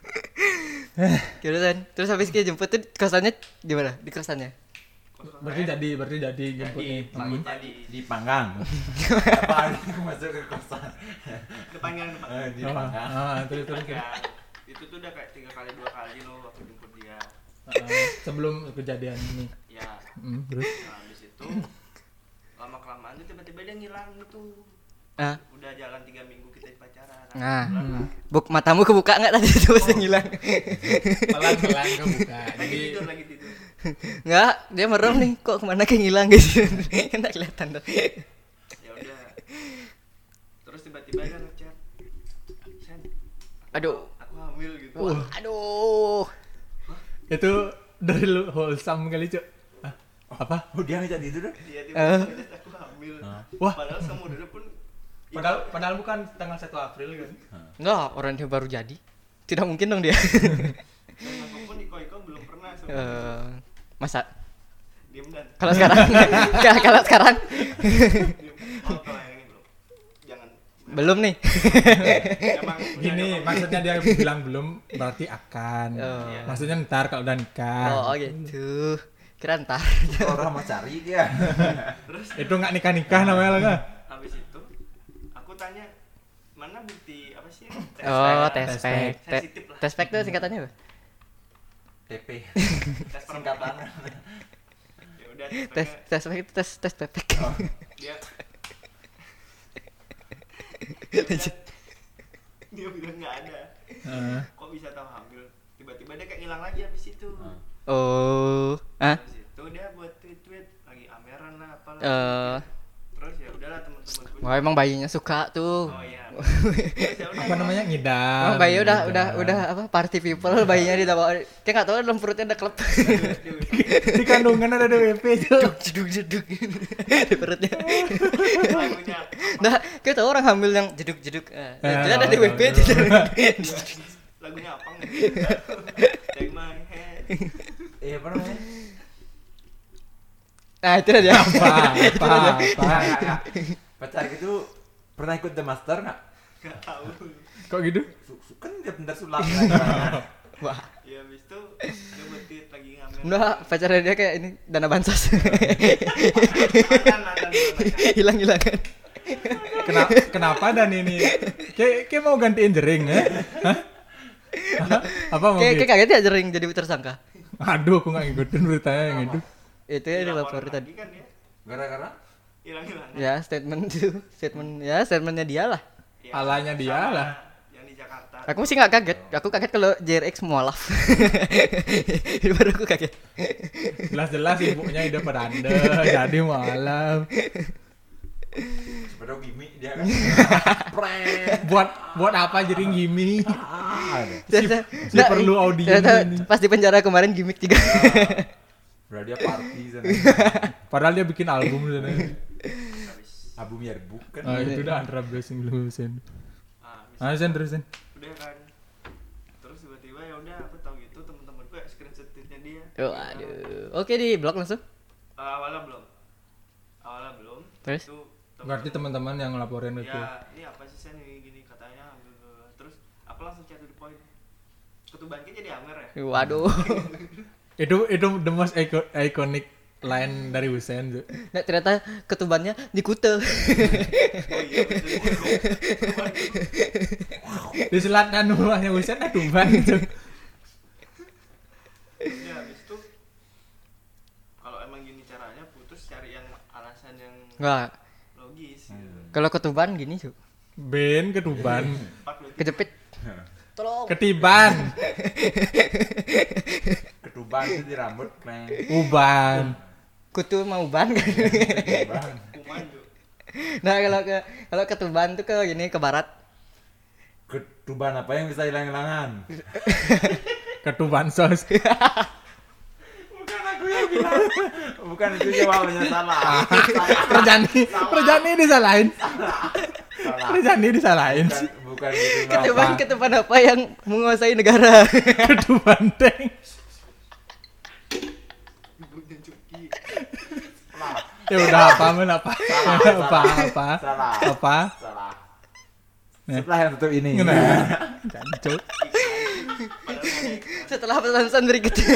Speaker 3: Terus habis kita jemput tuh kosannya di mana? Di kosannya.
Speaker 2: Berarti jadi jemput nih.
Speaker 1: Di Panggang. Apaan aku masuk ke kosan.
Speaker 4: Depannya.
Speaker 1: Di Panggang.
Speaker 2: Terus.
Speaker 4: Itu tuh udah kayak 2 kali loh waktu jemput dia.
Speaker 2: Sebelum kejadian ini.
Speaker 4: Ya.
Speaker 2: Terus.
Speaker 4: Nah, habis itu lama kelamaan tuh tiba-tiba dia ngilang gitu.
Speaker 3: Ah.
Speaker 4: Udah jalan 3 minggu kita pacaran.
Speaker 3: Nah. Matamu kebuka nggak tadi itu pas ngilang?
Speaker 2: Pelan-pelan kebuka.
Speaker 4: Lagi tidur.
Speaker 3: Nggak, dia merem nih. Kok kemana kayak ngilang gitu? Nggak kelihatan tuh.
Speaker 4: Ya udah. Terus tiba-tiba dia ngechat. Sen.
Speaker 3: Aduh.
Speaker 4: Aku hamil gitu.
Speaker 3: Aduh.
Speaker 2: Itu dari lu wholesome kali, Cuk. Apa?
Speaker 1: Oh dia ngechat gitu dong.
Speaker 4: Dia tiba-tiba ngechat aku hamil.
Speaker 2: Wah.
Speaker 4: Padahal samudera pun
Speaker 2: Padahal bukan tanggal 1 April kan.
Speaker 3: Nggak, orangnya baru jadi. Tidak mungkin dong dia.
Speaker 4: dan aku pun iko belum pernah sebenarnya.
Speaker 3: Masa?
Speaker 4: Diem dan.
Speaker 3: Kalau sekarang? Kalau sekarang?
Speaker 4: Diem. Oh, kalau yang ini belum. Jangan.
Speaker 3: Belum nih.
Speaker 4: Emang
Speaker 2: Gini, maksudnya dia bilang belum berarti akan.
Speaker 3: Oh.
Speaker 2: Maksudnya ntar kalau udah nikah.
Speaker 3: Oh gitu. Kira ntar.
Speaker 1: Orang mau cari dia.
Speaker 4: Terus
Speaker 2: Itu nggak nikah namanya lah kan?
Speaker 4: habis itu aku tanya mana bukti apa sih?
Speaker 3: Oh,
Speaker 4: tes
Speaker 3: tespek.
Speaker 4: sensitif lah.
Speaker 3: Tespek tuh singkatannya apa?
Speaker 1: TP.
Speaker 4: Tes
Speaker 1: Singkatan.
Speaker 4: Ya udah
Speaker 3: Tespek itu tes pepek.
Speaker 4: dia dia bilang nggak ada. Kok bisa tahu hamil? Tiba-tiba dia kayak hilang lagi habis itu.
Speaker 3: Oh,
Speaker 4: Habis itu dia buat tweet lagi ameran lah apalah. Terus ya udahlah teman-temanku.
Speaker 3: wah emang bayinya suka tuh.
Speaker 4: Oh iya. Terus ya udah.
Speaker 2: Apa namanya ngidam?
Speaker 3: Emang bayi udah apa party people bayinya dibawa. Kayak nggak tahu dalam perutnya ada klep.
Speaker 2: Di kandungan ada DWP tuh.
Speaker 3: Jeduk di perutnya.
Speaker 4: Lagunya
Speaker 3: Nah, kita tahu orang hamil yang jeduk. Dia ada
Speaker 2: tahu,
Speaker 3: DWP.
Speaker 4: lagunya apa nih? Take my hand.
Speaker 1: Apa namanya?
Speaker 3: Nah, itu dia.
Speaker 2: Apa?
Speaker 1: Nggak. Pacar gitu pernah ikut The Master nggak?
Speaker 4: Gak tahu.
Speaker 2: Kok gitu?
Speaker 1: Kan dia bentar sulap kan.
Speaker 3: Wah,
Speaker 4: Ya habis itu dia buat tweet lagi ngamen.
Speaker 3: enggak pacarnya dia kayak ini dana bansos.
Speaker 4: Mantan.
Speaker 3: Hilang-hilangan.
Speaker 2: Kenapa dan ini? Kayak mau gantiin jering ya? Hah? Apa mau?
Speaker 3: Kayak kaget ya jering jadi tersangka.
Speaker 2: Aduh, aku nggak ngikutin beritanya yang itu.
Speaker 3: Itu ya dilapor tadi.
Speaker 4: Kan ya.
Speaker 1: Gara-gara
Speaker 4: Hilang-hilang.
Speaker 3: Ya, statementnya dia lah.
Speaker 4: Ya,
Speaker 2: Alanya dia
Speaker 4: sama
Speaker 2: lah.
Speaker 4: Yang di Jakarta.
Speaker 3: Aku sih nggak kaget. Aku kaget kalau JRX mualaf. Baru aku kaget.
Speaker 2: Jelas-jelas ibunya hidup beranda, jadi malam.
Speaker 1: sebenarnya gimmick dia kan. Prank.
Speaker 2: Buat apa jering gini?
Speaker 3: Ternyata-
Speaker 2: Si perlu audiens
Speaker 3: ternyata
Speaker 2: ini.
Speaker 3: pas di penjara kemarin gimmick juga.
Speaker 1: Berarti dia party sana.
Speaker 2: Padahal dia bikin album sana.
Speaker 4: Habis.
Speaker 1: Album Yerbuk kan.
Speaker 2: Ah, itu udah antara blessing belum sen.
Speaker 4: Habis
Speaker 2: Sen terus sen.
Speaker 4: udah kan. Terus tiba-tiba ya udah aku tahu gitu teman-temanku ya screenshot tweetnya dia.
Speaker 3: Waduh. Oke di blog langsung.
Speaker 4: Awalnya belum.
Speaker 3: Terus?
Speaker 4: Itu
Speaker 2: Berarti teman-teman yang ngelaporin itu.
Speaker 4: ya ini apa sih Sen ini gini katanya. Terus aku langsung chat to the point. Ketubannya jadi Amer ya.
Speaker 3: Waduh.
Speaker 2: Itu the most iconic lain dari Husen tuh.
Speaker 3: Nah, ternyata ketubannya di Kute.
Speaker 4: Oh iya betul.
Speaker 2: Di selatan rumahnya Husen ada tuban tuh.
Speaker 4: Ya habis itu kalau emang gini caranya putus cari yang alasan yang
Speaker 3: Enggak.
Speaker 4: logis gitu.
Speaker 3: Kalau ketuban gini, Cuk.
Speaker 2: Ben ketuban,
Speaker 4: Pak lu
Speaker 3: Kejepit. Tolong.
Speaker 2: ketiban,
Speaker 1: Ketuban itu di rambut keren.
Speaker 2: uban.
Speaker 3: Kutu mau ban kan.
Speaker 1: Ketuban.
Speaker 4: kuman tuh.
Speaker 3: Nah, kalau ketuban tuh ke gini ke barat.
Speaker 1: Ketuban apa yang bisa hilang-hilangan?
Speaker 2: Ketuban sos.
Speaker 1: Bukan aku yang bilang. Bukan itu jawabannya salah.
Speaker 2: Perjani disalahin.
Speaker 1: Salah.
Speaker 2: Perjani disalahin.
Speaker 1: Bukan gitu.
Speaker 3: Ketuban apa yang menguasai negara?
Speaker 2: Ketuban tank.
Speaker 4: Ibunya Cuki.
Speaker 1: Salah.
Speaker 2: Ya udah apa? Apa?
Speaker 1: Salah. Setelah yang tutup ini.
Speaker 2: Nah, jancuk.
Speaker 3: Setelah pesan-pesan berikutnya.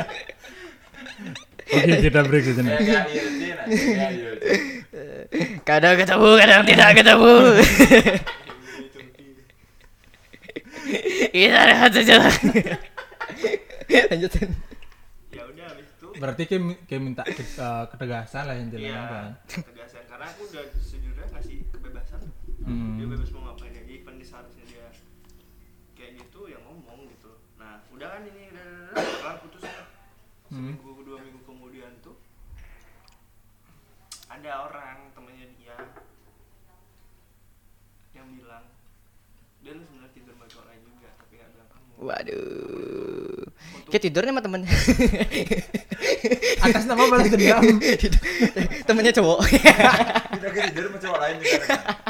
Speaker 2: Oke, kita break sejenak.
Speaker 1: Kayak Yulcin aja, kayak Yulcin.
Speaker 3: Kadang ketemu, kadang tidak ketemu. Kita lihat saja. Lanjutin.
Speaker 4: Ya udah habis itu
Speaker 2: Berarti kayak minta ketegasan lah yang jelas
Speaker 4: iya
Speaker 2: kan.
Speaker 4: tegasan karena aku udah sejujurnya ngasih kebebasan. Dia bebas mau ngapain aja, even di seharusnya dia kayak gitu ya ngomong gitu. Nah udah kan ini udah kelar putus kan. Seminggu 2 minggu kemudian tuh ada orang temennya dia yang bilang dia lu sebenarnya tidur sama cowok lain juga tapi nggak bilang kamu.
Speaker 3: Waduh. Kayak tidurnya sama temennya.
Speaker 2: Atas nama balas dendam.
Speaker 3: Temennya cowok.
Speaker 1: Kita tidur sama cowok lain juga.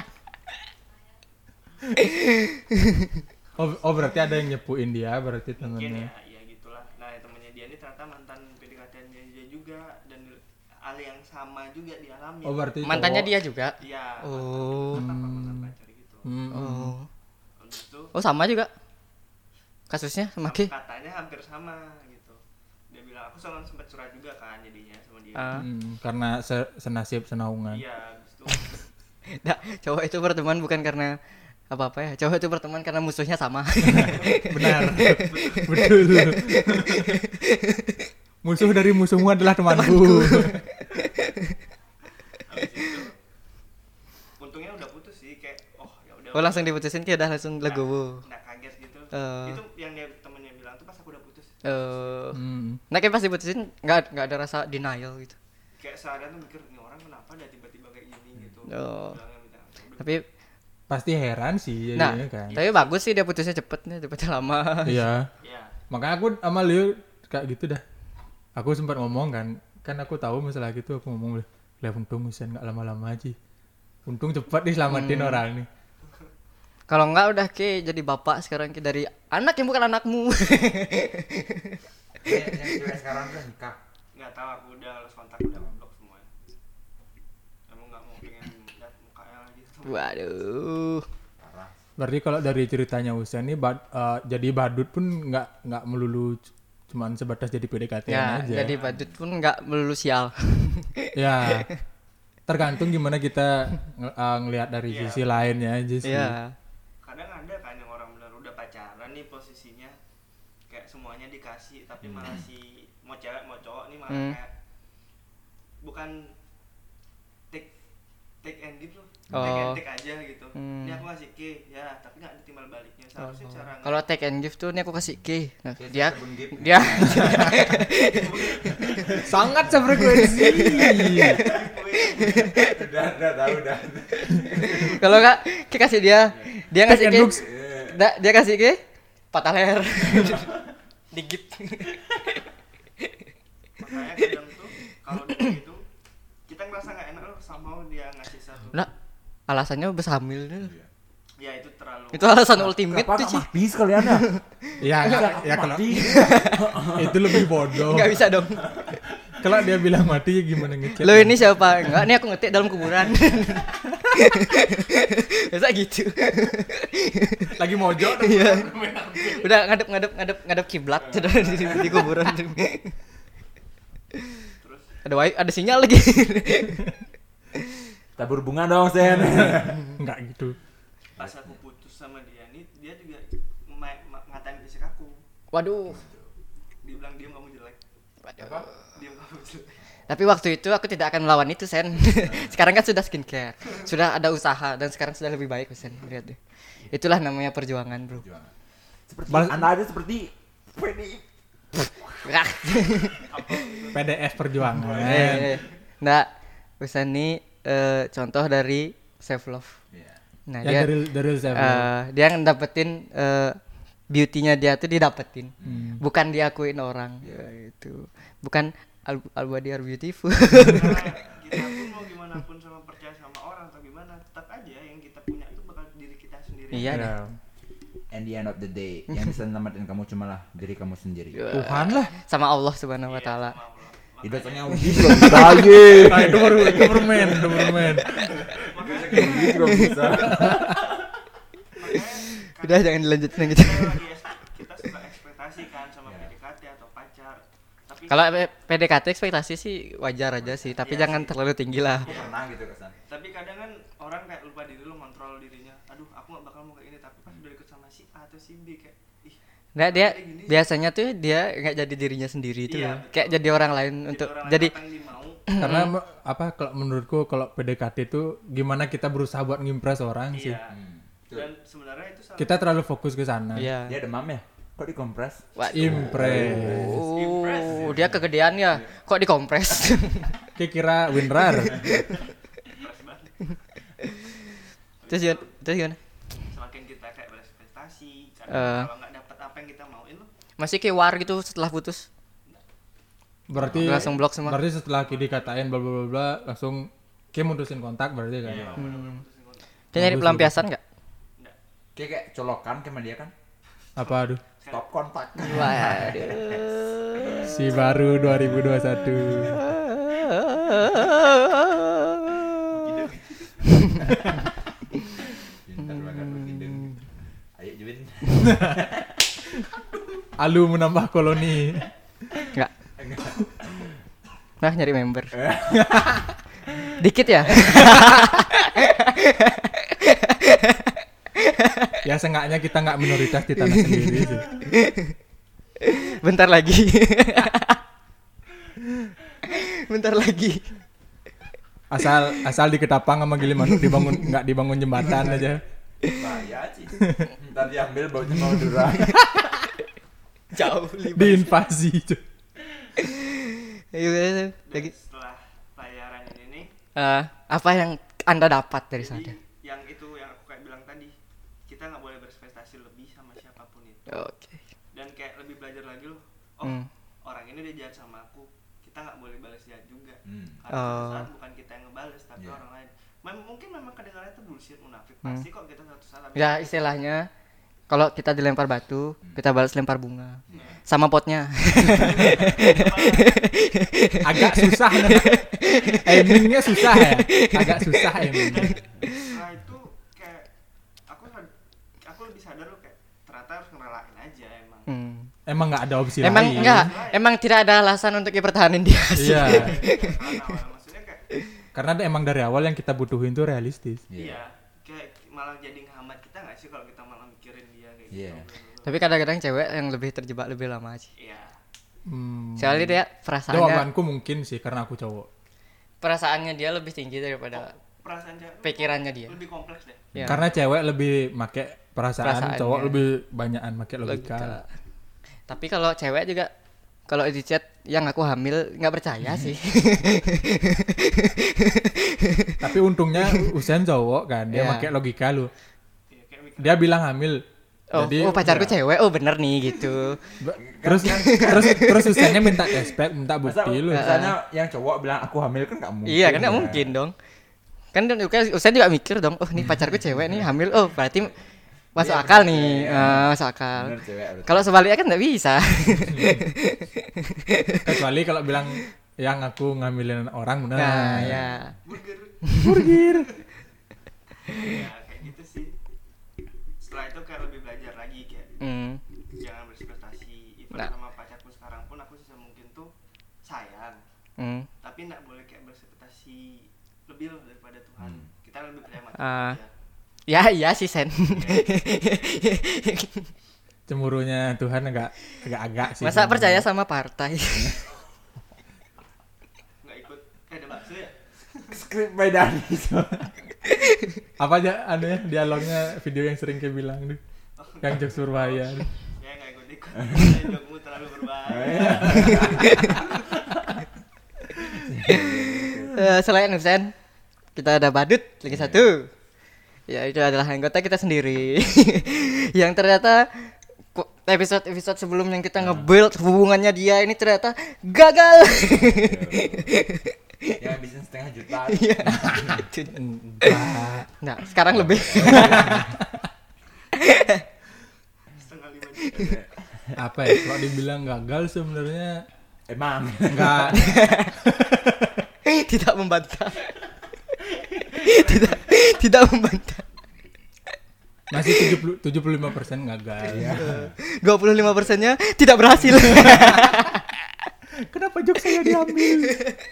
Speaker 2: Oh berarti ada yang nyepuin dia berarti
Speaker 4: Mungkin
Speaker 2: temennya.
Speaker 4: ya gitulah. Nah temennya dia ini ternyata mantan PDKT-nya dia juga dan hal yang sama juga dialami.
Speaker 2: Oh berarti
Speaker 3: Mantannya
Speaker 2: cowok.
Speaker 3: dia juga.
Speaker 4: Iya.
Speaker 3: Oh.
Speaker 4: Mantan pacar gitu.
Speaker 3: Oh.
Speaker 4: Habis itu
Speaker 3: Oh, sama juga. Kasusnya sama Ki.
Speaker 4: katanya hampir sama gitu. Dia bilang aku selalu sempat curhat juga kan jadinya sama dia.
Speaker 2: Karena senasib senaungan.
Speaker 4: Iya, habis itu
Speaker 3: Nah, cowok itu berteman bukan karena apa-apa ya. Cowok itu berteman karena musuhnya sama.
Speaker 2: Benar. Betul. Musuh dari musuhmu adalah temanku.
Speaker 4: habis itu untungnya udah putus sih kayak oh ya udah.
Speaker 3: Oh, langsung diputusin Ki udah langsung legowo.
Speaker 4: Nggak kaget gitu.
Speaker 3: Oh.
Speaker 4: Itu yang dia temennya bilang tuh pas aku udah putus.
Speaker 3: Nah, kayak pas diputusin nggak ada rasa denial gitu.
Speaker 4: Kayak seharian tuh mikir ini orang kenapa dia tiba-tiba kayak gini gitu.
Speaker 3: Oh.
Speaker 4: Bilangnya minta, udah
Speaker 3: Tapi
Speaker 2: Pasti heran sih
Speaker 3: nah,
Speaker 2: jadinya kan.
Speaker 3: tapi bagus sih dia putusnya cepet nih, cepetnya lama.
Speaker 2: Iya.
Speaker 4: ya
Speaker 2: Makanya aku sama Leo kayak gitu dah. Aku sempat ngomong kan aku tahu masalah gitu aku ngomong lah untung bisa nggak lama-lama aja. Untung cepat diselamatin orang nih.
Speaker 3: Kalau enggak udah Ki jadi bapak sekarang Ki dari anak yang bukan anakmu.
Speaker 1: Yang cewek sekarang tuh nikah.
Speaker 4: nggak tahu aku udah lost kontak udah blok semua. Emang nggak mau pengen lihat mukanya lagi.
Speaker 3: Waduh.
Speaker 1: Parah.
Speaker 2: Berarti kalau dari ceritanya Husen nih jadi badut pun nggak melulu cuman sebatas jadi PDKT
Speaker 3: Ya,
Speaker 2: aja.
Speaker 3: jadi badut pun enggak melulu sial.
Speaker 2: Ya. Tergantung gimana kita ngelihat dari
Speaker 4: Iya.
Speaker 2: sisi lainnya aja sih.
Speaker 3: Iya.
Speaker 4: Kadang ada kan yang orang bener udah pacaran nih posisinya kayak semuanya dikasih tapi malah si mau cewek mau cowok nih malah kayak bukan take and give loh. Take and take aja gitu. Ini aku ngasih K ya tapi nggak ditimbal baliknya. Seharusnya cara
Speaker 3: Kalau take and give tuh ini aku kasih K. Nah,
Speaker 1: Kayak
Speaker 3: dia
Speaker 1: sabun gift.
Speaker 3: dia
Speaker 2: Sangat sefrekuensi.
Speaker 1: udah.
Speaker 3: kalau enggak K kasih dia ngasih
Speaker 2: Take
Speaker 3: K.
Speaker 2: and looks.
Speaker 3: Dia kasih K patah leher. Digit.
Speaker 4: makanya kadang tuh kalau dia gitu kita ngerasa nggak enak loh sama dia ngasih satu.
Speaker 3: Nah, alasannya bersamil tuh.
Speaker 4: Ya itu terlalu.
Speaker 3: Itu alasan ultimate
Speaker 1: Kenapa
Speaker 3: tuh,
Speaker 1: nggak
Speaker 3: Ci.
Speaker 1: mati sekalian ya?
Speaker 2: Ya kalau itu lebih bodoh.
Speaker 3: Enggak bisa dong.
Speaker 2: Kalau dia bilang mati ya gimana ngechat?
Speaker 3: Lo ini siapa? Enggak, ini aku ngetik dalam kuburan. Biasa gitu.
Speaker 2: Lagi mojok.
Speaker 3: Iya. Udah ngadep kiblat di kuburan.
Speaker 4: Terus
Speaker 3: ada sinyal lagi.
Speaker 1: Tabur bunga dong, Sen.
Speaker 2: Enggak gitu.
Speaker 4: Pas aku putus sama dia nih, dia juga ngatain fisik aku.
Speaker 3: Waduh.
Speaker 4: Dibilang diam kamu jelek.
Speaker 1: Apa?
Speaker 4: Diam kamu jelek.
Speaker 3: Tapi waktu itu aku tidak akan melawan itu, Sen. Sekarang kan sudah skincare, sudah ada usaha dan sekarang sudah lebih baik, Sen. Lihat deh. Itulah namanya perjuangan, bro.
Speaker 1: Seperti Anda aja seperti
Speaker 2: PDF perjuangan.
Speaker 3: Nah, Usan ini contoh dari self love. Nah,
Speaker 2: Ya,
Speaker 3: dia
Speaker 2: dari self
Speaker 3: dia ngedapetin beauty-nya dia tuh didapetin. Bukan diakuin orang. Itu. Bukan Albadi are beautiful.
Speaker 4: Nah, kita pun mau gimana pun sama percaya sama orang atau gimana, tetap aja yang kita punya itu bakal diri kita sendiri.
Speaker 3: Iya deh.
Speaker 1: and the end of the day yang bisa nyelamatin kamu cumalah diri kamu sendiri.
Speaker 2: Tuhan lah.
Speaker 3: Sama Allah Subhanahu wa taala.
Speaker 1: Itu tanya bisa lagi.
Speaker 2: Nah, itu baru Doberman.
Speaker 1: Gitu bisa.
Speaker 3: Udah jangan dilanjutin gitu.
Speaker 4: Kita suka ekspektasi kan sama PDKT atau pacar. Tapi
Speaker 3: Kalau PDKT ekspektasi sih wajar aja sih, tapi
Speaker 4: Iya
Speaker 3: jangan
Speaker 4: sih.
Speaker 3: terlalu tinggi lah.
Speaker 1: Aku pernah gitu kesan.
Speaker 4: tapi kadang kan orang kayak lupa diri lo, kontrol dirinya. Aduh, aku gak bakal mau kayak ini, tapi pas udah deket sama si A atau si B kayak ih.
Speaker 3: Nah, dia
Speaker 4: kayak gini sih.
Speaker 3: biasanya tuh dia nggak jadi dirinya sendiri itu
Speaker 4: Iya,
Speaker 3: loh.
Speaker 4: betul.
Speaker 3: Kayak jadi orang lain untuk
Speaker 4: orang
Speaker 3: jadi
Speaker 4: apa yang dia mau.
Speaker 2: Karena apa kalau menurutku kalau PDKT itu gimana kita berusaha buat ngimpress orang sih.
Speaker 4: Iya. Dan sebenarnya itu salah.
Speaker 2: Kita terlalu fokus ke sana.
Speaker 3: iya.
Speaker 1: Dia demam ya? Kok dikompres?
Speaker 2: Impress.
Speaker 3: Oh, dia kegedean ya. Kok dikompres?
Speaker 2: Kira WinRAR.
Speaker 3: Terus gimana?
Speaker 4: Semakin kita kayak berekspektasi,
Speaker 3: Eh.
Speaker 4: kalau nggak dapat apa yang kita mauin lo,
Speaker 3: Masih kayak war gitu setelah putus.
Speaker 2: Berarti
Speaker 3: Langsung blok semua.
Speaker 2: Berarti setelah Ki dikatain bla bla bla bla langsung Ki mutusin kontak berarti kan.
Speaker 3: Dia nyari pelampiasan nggak?
Speaker 1: Kayak colokan sama dia kan?
Speaker 2: Apa aduh?
Speaker 1: Stop kontak.
Speaker 3: Waduh.
Speaker 2: Si baru 2021.
Speaker 1: Pintar banget berhidung. Ayo Juwin.
Speaker 2: Alu menambah koloni.
Speaker 3: Nggak. Nah, nyari member. Dikit ya?
Speaker 2: Ya seenggaknya kita nggak minoritas di tanah sendiri sih.
Speaker 3: Bentar lagi. Bentar lagi.
Speaker 2: Asal di Ketapang sama Gilimanuk nggak dibangun jembatan aja.
Speaker 1: Bahaya sih. Ntar diambil baunya Madura.
Speaker 3: Jauh
Speaker 2: Diinvasi itu.
Speaker 3: Ayo
Speaker 4: dan
Speaker 3: lagi.
Speaker 4: setelah layaran ini nih,
Speaker 3: Apa yang Anda dapat dari sana?
Speaker 4: jadi yang itu yang aku kayak bilang tadi, kita nggak boleh berekspektasi lebih sama siapapun itu.
Speaker 3: Oke.
Speaker 4: Dan kayak lebih belajar lagi loh. Orang ini dia jahat sama aku, kita nggak boleh balas jahat juga. Karena suatu saat bukan kita yang ngebales tapi orang lain. Mungkin memang kedengarannya itu bullshit, munafik. Pasti kok kita suatu saat.
Speaker 3: Ya istilahnya kalau kita dilempar batu, kita balas lempar bunga. Sama potnya.
Speaker 2: Agak susah. Aimingnya susah ya. Agak susah aimingnya.
Speaker 4: Nah itu kayak aku lebih sadar loh, kayak ternyata harus ngerelain aja emang.
Speaker 2: Emang nggak ada opsi
Speaker 3: Emang
Speaker 2: lain.
Speaker 3: enggak, emang tidak ada alasan untuk dipertahanin dia sih.
Speaker 2: Iya.
Speaker 4: Karena maksudnya kayak
Speaker 2: Karena emang dari awal yang kita butuhin tuh realistis.
Speaker 4: iya, kayak malah jadi ngehambat kita nggak sih kalau kita malah mikirin dia kayak
Speaker 1: Iya.
Speaker 4: gitu.
Speaker 3: Tapi kadang-kadang cewek yang lebih terjebak lebih lama sih.
Speaker 4: Iya.
Speaker 3: Soalnya dia
Speaker 2: Jawabanku mungkin sih karena aku cowok.
Speaker 3: perasaannya dia lebih tinggi daripada
Speaker 4: Perasaan cewek
Speaker 3: pikirannya dia.
Speaker 4: lebih kompleks deh.
Speaker 3: Ya.
Speaker 2: Karena cewek lebih make perasaan,
Speaker 3: Perasaannya.
Speaker 2: cowok lebih banyakan make logika.
Speaker 3: Logika. Tapi kalau cewek juga kalau di chat yang aku hamil nggak percaya sih.
Speaker 2: Tapi untungnya Usen cowok kan, dia
Speaker 3: Iya.
Speaker 2: make logika lu.
Speaker 4: Iya, kayak mikir
Speaker 2: Dia bilang hamil.
Speaker 3: Oh,
Speaker 2: Jadi
Speaker 3: pacarku cewek, oh bener nih gitu.
Speaker 2: terus Usennya minta respect, minta
Speaker 1: Masa
Speaker 2: bukti lu.
Speaker 1: misalnya yang cowok bilang aku hamil kan nggak mungkin.
Speaker 3: Iya kan nggak
Speaker 1: ya.
Speaker 3: mungkin dong. Kan Usain juga mikir dong, oh nih pacarku cewek nih hamil, oh berarti masuk
Speaker 1: Iya,
Speaker 3: akal
Speaker 1: bener,
Speaker 3: nih,
Speaker 1: iya.
Speaker 3: masuk akal.
Speaker 1: Bener, cewek harus.
Speaker 3: Kalau sebaliknya kan nggak bisa.
Speaker 2: Kecuali kalau bilang yang aku ngambilin orang bener.
Speaker 3: Nah ya.
Speaker 2: Burgir.
Speaker 4: ya kayak gitu sih. Setelah itu kayak lebih belajar lagi kayak jangan berekspektasi. Even
Speaker 3: Nah.
Speaker 4: sama pacarku sekarang pun aku sisa mungkin tuh sayang.
Speaker 3: Hmm.
Speaker 4: Tapi tapi nggak boleh kayak berspektasi lebih loh daripada Tuhan. Kita lebih percaya mati aja.
Speaker 3: Ya iya sih Sen.
Speaker 2: Cemburunya Tuhan agak sih.
Speaker 3: Masa percaya sama partai?
Speaker 4: Nggak ikut ada bakso ya.
Speaker 1: Skrip by Dani.
Speaker 2: Apa aja anunya dialognya video yang sering kayak bilang tuh. Yang jokes berbahaya.
Speaker 4: Ya nggak ikut. Jokmu terlalu berbahaya.
Speaker 3: Selain Sen, kita ada Badut lagi satu. Ya itu adalah anggota kita sendiri. Yang ternyata episode sebelum yang kita nge-build hubungannya dia ini ternyata gagal.
Speaker 1: Yang bisa setengah juta.
Speaker 3: Nah, sekarang lebih.
Speaker 4: Setengah 5 juta.
Speaker 2: Apa ya? Kalau dibilang gagal sebenarnya
Speaker 1: Emang
Speaker 2: enggak.
Speaker 3: Tidak membantah. Tidak membantah.
Speaker 2: Masih 75% gagal ya.
Speaker 3: 25%-nya tidak berhasil.
Speaker 2: Kenapa jokes saya diambil?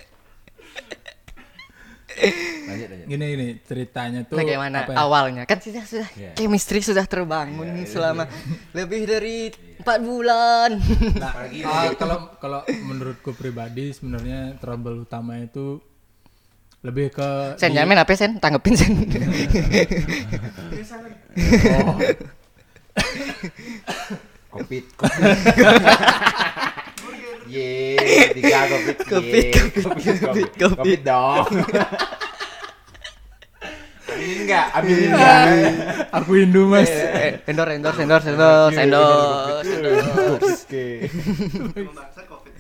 Speaker 1: lanjut.
Speaker 2: Gini ceritanya tuh
Speaker 3: Bagaimana
Speaker 2: apa ya?
Speaker 3: awalnya? Kan sudah
Speaker 1: Yeah.
Speaker 3: chemistry sudah terbangun selama lebih dari 4 bulan.
Speaker 2: Nah, kalau menurutku pribadi sebenarnya trouble utama itu lebih ke
Speaker 3: Sen jamin apa Sen? Tanggepin Sen.
Speaker 4: Biasa kan.
Speaker 2: Oh,
Speaker 1: Covid. Ye, 3 Covid dong. Ambilin enggak?
Speaker 2: aku Hindu mas.
Speaker 3: Endorse.
Speaker 1: Oke.
Speaker 4: Membangsa Covid.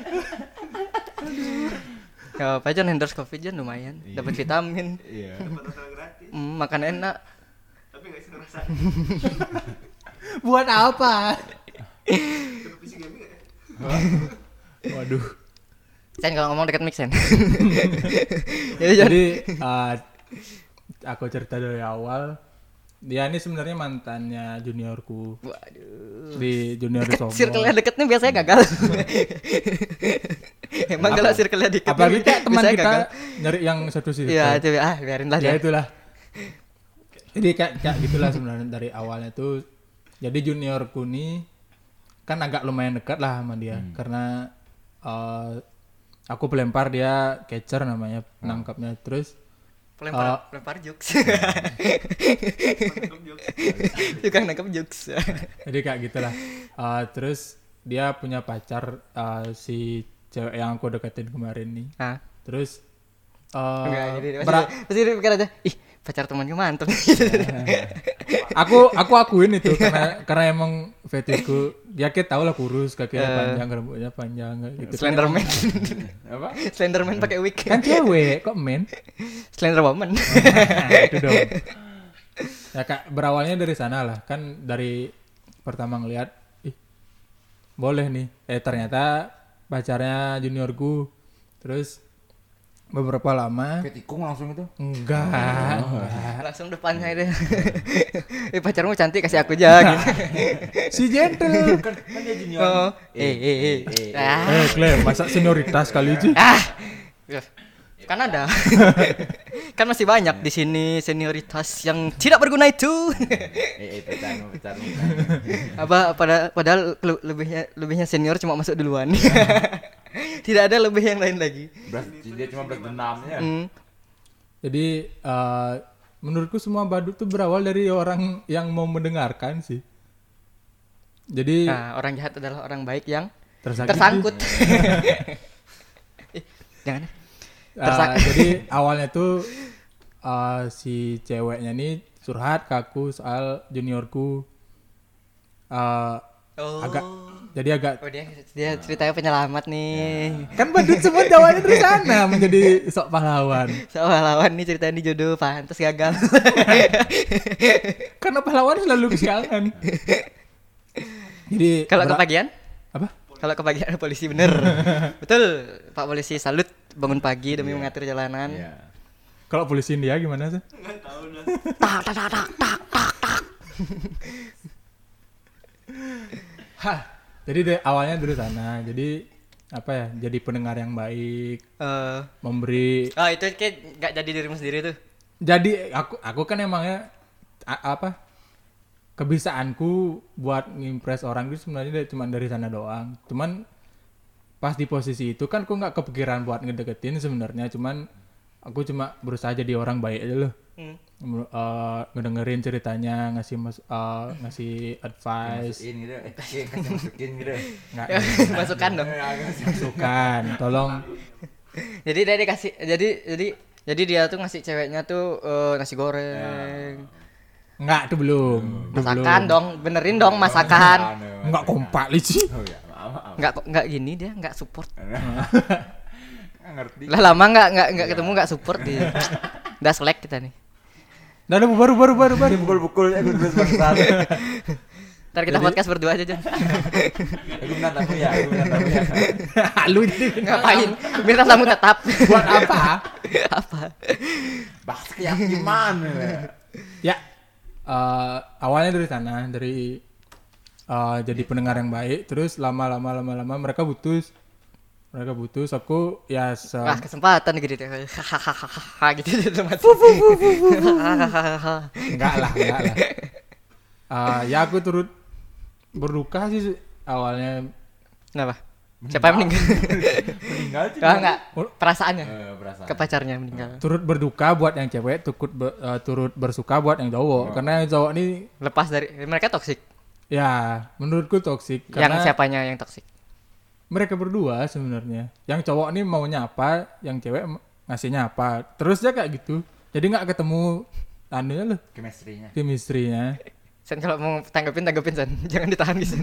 Speaker 3: Ya apa aja endorse Covid aja lumayan. Dapat vitamin.
Speaker 1: Iya.
Speaker 4: Dapat hotel gratis.
Speaker 3: Makan enak.
Speaker 4: Tapi nggak isi ngerasa.
Speaker 2: Buat apa?
Speaker 4: Dapat PC gaming nggak ya?
Speaker 2: Waduh.
Speaker 3: Sen kalau ngomong dekat mic Sen.
Speaker 2: Jadi aku cerita dari awal. Dia ini sebenarnya mantannya juniorku
Speaker 3: Waduh.
Speaker 2: di junior di Sombong.
Speaker 3: Circle-nya deket nih biasanya gagal. Emang kalau circle-nya deket
Speaker 2: Apalagi kayak teman
Speaker 3: biasanya
Speaker 2: kita
Speaker 3: gagal.
Speaker 2: nyari yang satu circle.
Speaker 3: Iya, itu biarin lah
Speaker 2: Ya
Speaker 3: dia.
Speaker 2: itulah. Jadi kayak gitulah sebenarnya dari awalnya tuh. Jadi juniorku nih kan agak lumayan dekat lah sama dia karena aku pelempar, dia catcher namanya penangkapnya. Terus
Speaker 3: Pelempar jokes.
Speaker 4: Nangkep jokes.
Speaker 3: Tukang nangkep jokes.
Speaker 2: jadi kayak gitulah. Terus dia punya pacar si cewek yang aku deketin kemarin nih.
Speaker 3: Ah.
Speaker 2: Terus
Speaker 3: Enggak, jadi pasti dia pikir aja, ih pacar temannya mantep.
Speaker 2: aku akuin itu karena emang fetishku, dia kayak tau lah kurus, kakinya panjang, rambutnya panjang gitu.
Speaker 3: Slenderman.
Speaker 1: Apa?
Speaker 3: Slenderman pakai wig.
Speaker 2: Kan cewek kok men.
Speaker 3: Slender woman.
Speaker 2: Itu dong. Ya kak, berawalnya dari sana lah. Kan dari pertama ngeliat, ih boleh nih. Ternyata pacarnya juniorku. Terus beberapa lama
Speaker 1: Ketikung langsung itu.
Speaker 2: enggak.
Speaker 3: Langsung depannya itu. Pacarmu cantik, kasih aku aja gitu.
Speaker 2: Si gentle.
Speaker 1: Kan dia junior.
Speaker 3: Oh.
Speaker 2: Claire, masa senioritas kali itu.
Speaker 3: Kan ada. Kan masih banyak di sini senioritas yang tidak berguna itu.
Speaker 1: Pecahan.
Speaker 3: Apa padahal lebihnya senior cuma masuk duluan. Tidak ada lebih yang lain lagi.
Speaker 1: Dia cuma dendamnya.
Speaker 2: Jadi menurutku semua badut tuh berawal dari orang yang mau mendengarkan sih. Jadi
Speaker 3: Nah, orang jahat adalah orang baik yang
Speaker 2: tersakiti.
Speaker 3: tersangkut. Jangan.
Speaker 2: Jadi awalnya tuh si ceweknya nih curhat ke aku soal juniorku. Agak
Speaker 3: Oh dia ceritanya penyelamat nih.
Speaker 2: kan badut semua jawabnya dari sana menjadi sok pahlawan.
Speaker 3: Pahlawan nih ceritanya di jodoh pantas gagal.
Speaker 2: Karena pahlawan selalu kesiangan. Jadi
Speaker 3: Kalau kepagian?
Speaker 2: apa?
Speaker 3: Kalau kepagian ada polisi bener. Betul, Pak Polisi salut bangun pagi demi mengatur jalanan.
Speaker 1: Iya.
Speaker 2: Kalau polisi India gimana sih?
Speaker 4: Nggak tahu dah.
Speaker 3: Tak.
Speaker 2: Jadi awalnya dari sana. Jadi apa ya, jadi pendengar yang baik,
Speaker 3: Eh,
Speaker 2: memberi.
Speaker 3: oh itu kayak nggak jadi dirimu sendiri tuh.
Speaker 2: Jadi aku kan emangnya apa, kebiasaanku buat ngimpress orang itu sebenarnya cuma dari sana doang. Cuman pas di posisi itu kan aku nggak kepikiran buat ngedeketin sebenarnya, cuman aku cuma berusaha jadi orang baik aja loh. Ngedengerin ceritanya, ngasih advice.
Speaker 1: Masukin gitu, kasih masukin gitu.
Speaker 2: Nggak,
Speaker 3: Masukkan dong.
Speaker 2: masukan, tolong.
Speaker 3: Jadi dia dikasih jadi dia tuh ngasih ceweknya tuh nasi goreng.
Speaker 2: Nggak, itu belum.
Speaker 3: Masakan dong, benerin dong masakan.
Speaker 2: Nggak kompak Lici.
Speaker 1: Oh ya, maaf.
Speaker 3: Nggak gini dia nggak support.
Speaker 1: Nggak ngerti.
Speaker 3: Lah lama nggak ketemu nggak support dia. Udah selek kita nih.
Speaker 2: Udah baru.
Speaker 1: Pukul-pukul aku terus bangsat.
Speaker 3: Ntar kita podcast berdua aja Jon.
Speaker 1: Aku minta tamu ya.
Speaker 2: Lu jadi
Speaker 3: Ngapain? Minta tamu tetap.
Speaker 2: buat apa?
Speaker 3: Apa?
Speaker 1: Bahas keyakinan.
Speaker 2: Ya, awalnya dari sana, jadi pendengar yang baik. Terus lama mereka putus. Aku ya
Speaker 3: Wah kesempatan gitu deh. Hahaha gitu tuh mati.
Speaker 2: enggak lah. Ya aku turut berduka sih awalnya.
Speaker 3: Kenapa? Siapa yang meninggal?
Speaker 1: Meninggal sih.
Speaker 3: Enggak. Perasaannya
Speaker 1: Perasaan.
Speaker 3: ke pacarnya meninggal.
Speaker 2: Turut berduka buat yang cewek, turut bersuka buat yang cowok. Karena yang cowok ini
Speaker 3: Lepas dari mereka toksik.
Speaker 2: ya menurutku toksik.
Speaker 3: Yang
Speaker 2: Karena
Speaker 3: siapanya yang toksik?
Speaker 2: mereka berdua sebenarnya. Yang cowok ini maunya apa, yang cewek ngasihnya apa. Terusnya kayak gitu. Jadi nggak ketemu anunya loh, chemistry-nya.
Speaker 3: Sen kalau mau tanggepin Sen. Jangan ditahan gitu.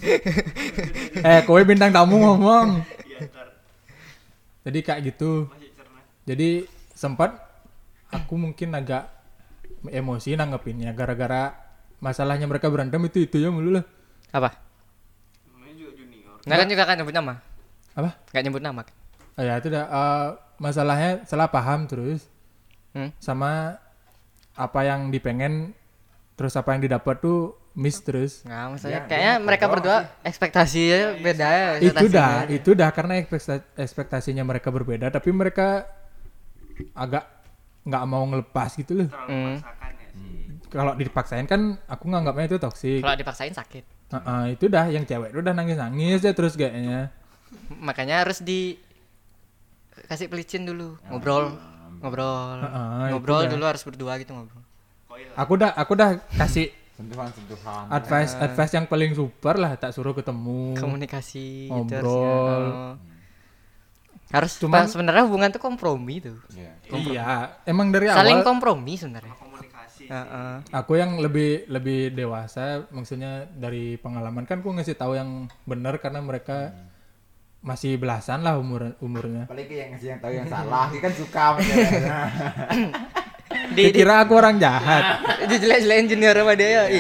Speaker 2: Kowe bintang tamu ngomong.
Speaker 4: Iya, ntar
Speaker 2: Jadi kayak gitu.
Speaker 4: masih cerna.
Speaker 2: Jadi sempat aku mungkin agak emosi nanggepinnya gara-gara masalahnya mereka berantem itu ya mulu lah.
Speaker 3: Apa?
Speaker 4: Namanya juga junior.
Speaker 3: Nah kan juga kan nyebut nama.
Speaker 2: Apa?
Speaker 3: Gak nyebut nama kan?
Speaker 2: Ya itu dah masalahnya salah paham terus sama apa yang dipengen terus apa yang didapat tuh miss terus.
Speaker 3: Nah maksudnya
Speaker 1: Ya,
Speaker 3: kayaknya
Speaker 1: dia
Speaker 3: mereka
Speaker 1: berdua
Speaker 3: berdua ekspektasinya beda ya.
Speaker 2: Itu dah karena ekspektasinya mereka berbeda tapi mereka agak nggak mau ngelepas gitu loh.
Speaker 4: Terlalu memaksakan ya sih.
Speaker 2: Kalau dipaksain kan aku nganggapnya itu toksik.
Speaker 3: Kalau dipaksain sakit.
Speaker 2: Itu dah yang cewek itu udah nangis ya terus kayaknya.
Speaker 3: Makanya harus kasih pelicin dulu, ngobrol
Speaker 2: itu dah.
Speaker 3: dulu harus berdua gitu ngobrol.
Speaker 4: Koil.
Speaker 2: Aku dah kasih
Speaker 1: Sentuhan.
Speaker 2: advice yang paling super lah, tak suruh ketemu,
Speaker 3: Komunikasi gitu
Speaker 2: ngobrol.
Speaker 3: harus
Speaker 2: Cuman-
Speaker 3: sebenarnya hubungan tuh kompromi tuh.
Speaker 1: Iya.
Speaker 2: Iya, emang dari
Speaker 3: Saling
Speaker 2: awal
Speaker 3: kompromi sebenarnya.
Speaker 4: Komunikasi sih.
Speaker 2: aku yang lebih dewasa, maksudnya dari pengalaman kan aku ngasih tahu yang benar karena mereka masih belasan lah umurnya.
Speaker 1: Apalagi yang ngasih yang tahu yang salah, dia kan suka sama ceweknya.
Speaker 2: Dikira aku orang jahat.
Speaker 3: Dijelek-jelekin junior sama dia ya.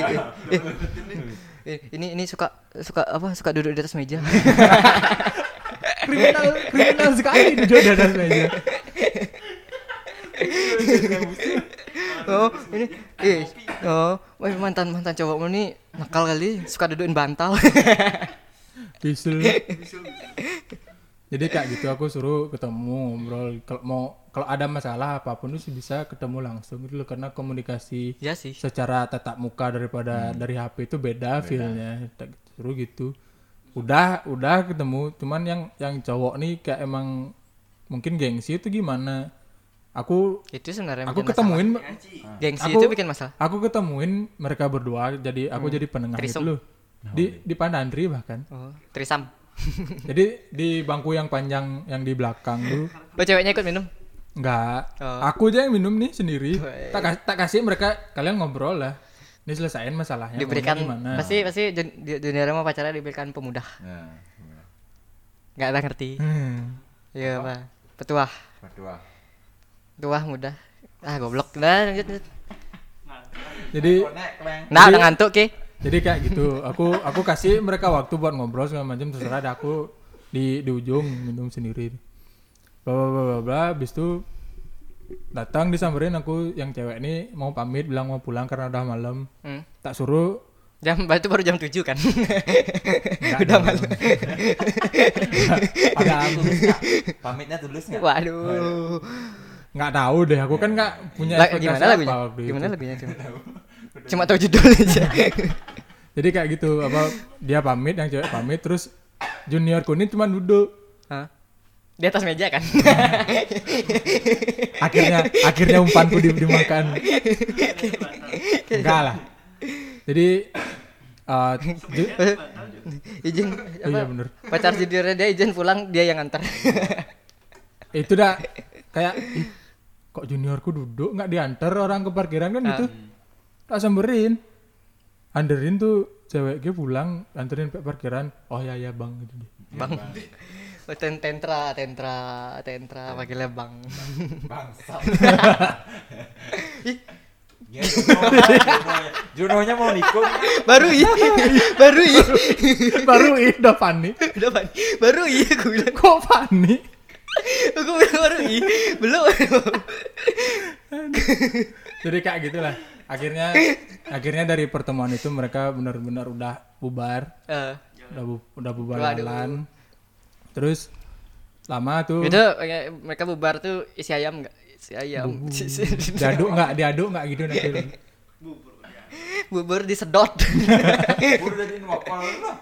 Speaker 3: Ini suka duduk di atas meja.
Speaker 2: kriminal sekali duduk di atas meja.
Speaker 3: Mantan cowokmu nih nakal kali, suka dudukin bantal.
Speaker 2: Bisul. Jadi kayak gitu aku suruh ketemu ngobrol. Kalau ada masalah apapun itu bisa ketemu langsung gitu loh karena komunikasi
Speaker 3: Ya sih.
Speaker 2: secara tatap muka daripada dari HP itu beda feel-nya. Suruh gitu. Udah ketemu, cuman yang cowok nih kayak emang mungkin gengsi itu gimana?
Speaker 3: Itu sebenarnya
Speaker 2: Aku
Speaker 3: bikin
Speaker 2: ketemuin
Speaker 4: Ya, Ci.
Speaker 3: masalah. Gengsi
Speaker 2: aku-
Speaker 3: itu bikin masalah.
Speaker 2: Aku ketemuin mereka berdua, jadi aku jadi penengah
Speaker 3: Threesome.
Speaker 2: gitu loh. Di Pandantri bahkan.
Speaker 3: Oh, trisam.
Speaker 2: Jadi di bangku yang panjang yang di belakang tuh
Speaker 3: Oh, ceweknya ikut minum.
Speaker 2: enggak.
Speaker 3: Oh.
Speaker 2: Aku aja yang minum nih sendiri.
Speaker 3: Oh,
Speaker 2: Tak kasih mereka, kalian ngobrol lah. Ini selesaiin masalahnya.
Speaker 3: Diberikan
Speaker 2: maunya gimana.
Speaker 3: pasti junior sama pacarnya diberikan pemudah.
Speaker 1: Nah,
Speaker 3: Enggak ada ngerti. Iya, Pak. Petuah.
Speaker 1: berdua.
Speaker 3: Tuah mudah. Goblok. Nah, lanjut.
Speaker 2: Jadi
Speaker 3: Nah, udah ngantuk, Ki.
Speaker 2: jadi kayak gitu. Aku kasih mereka waktu buat ngobrol segala macam, terserah ada aku di ujung minum sendiri. Bla bla bla. Habis itu datang disamperin aku yang cewek ini mau pamit bilang mau pulang karena udah malam. Tak suruh
Speaker 3: Itu baru jam 7 kan.
Speaker 2: Enggak
Speaker 3: Udah
Speaker 2: dong.
Speaker 3: malam.
Speaker 2: Padahal
Speaker 1: Tulus nggak? Pamitnya tulus nggak?
Speaker 3: Waduh.
Speaker 2: nggak tahu deh, aku kan nggak punya ekspektasi
Speaker 3: Gimana
Speaker 2: apa
Speaker 3: lagunya?
Speaker 2: waktu itu.
Speaker 3: Gimana lagunya? Cuma tahu judul aja.
Speaker 2: Jadi kayak gitu, apa dia pamit, yang cewek pamit, terus juniorku ini cuma duduk.
Speaker 3: Hah? Di atas meja kan?
Speaker 2: Akhirnya umpanku dimakan. Enggak lah. Jadi
Speaker 3: Izin
Speaker 2: iya bener.
Speaker 3: pacar juniornya dia izin pulang, dia yang antar.
Speaker 2: Itu dah kayak ih, kok juniorku duduk nggak diantar orang ke parkiran kan gitu. Tak samberin. Anterin tuh ceweknya pulang, anterin ke parkiran. Oh ya bang gitu deh.
Speaker 3: Bang. Oh, tentra panggilnya Bang.
Speaker 1: Bangsa. Ya, Junonya mau nikung.
Speaker 3: Baru
Speaker 2: Udah panik.
Speaker 3: Udah Pan. Baru aku bilang
Speaker 2: Kok panik?
Speaker 3: aku bilang baru belum.
Speaker 2: Jadi kayak gitulah. Akhirnya dari pertemuan itu mereka benar-benar udah bubar. Udah bubar
Speaker 3: Waduh.
Speaker 2: jalan. Terus lama tuh.
Speaker 3: Itu mereka bubar tuh isi ayam enggak? Isi ayam.
Speaker 2: Diaduk nggak gitu nanti.
Speaker 3: Bubur disedot.
Speaker 1: Bubur dari waffle lah.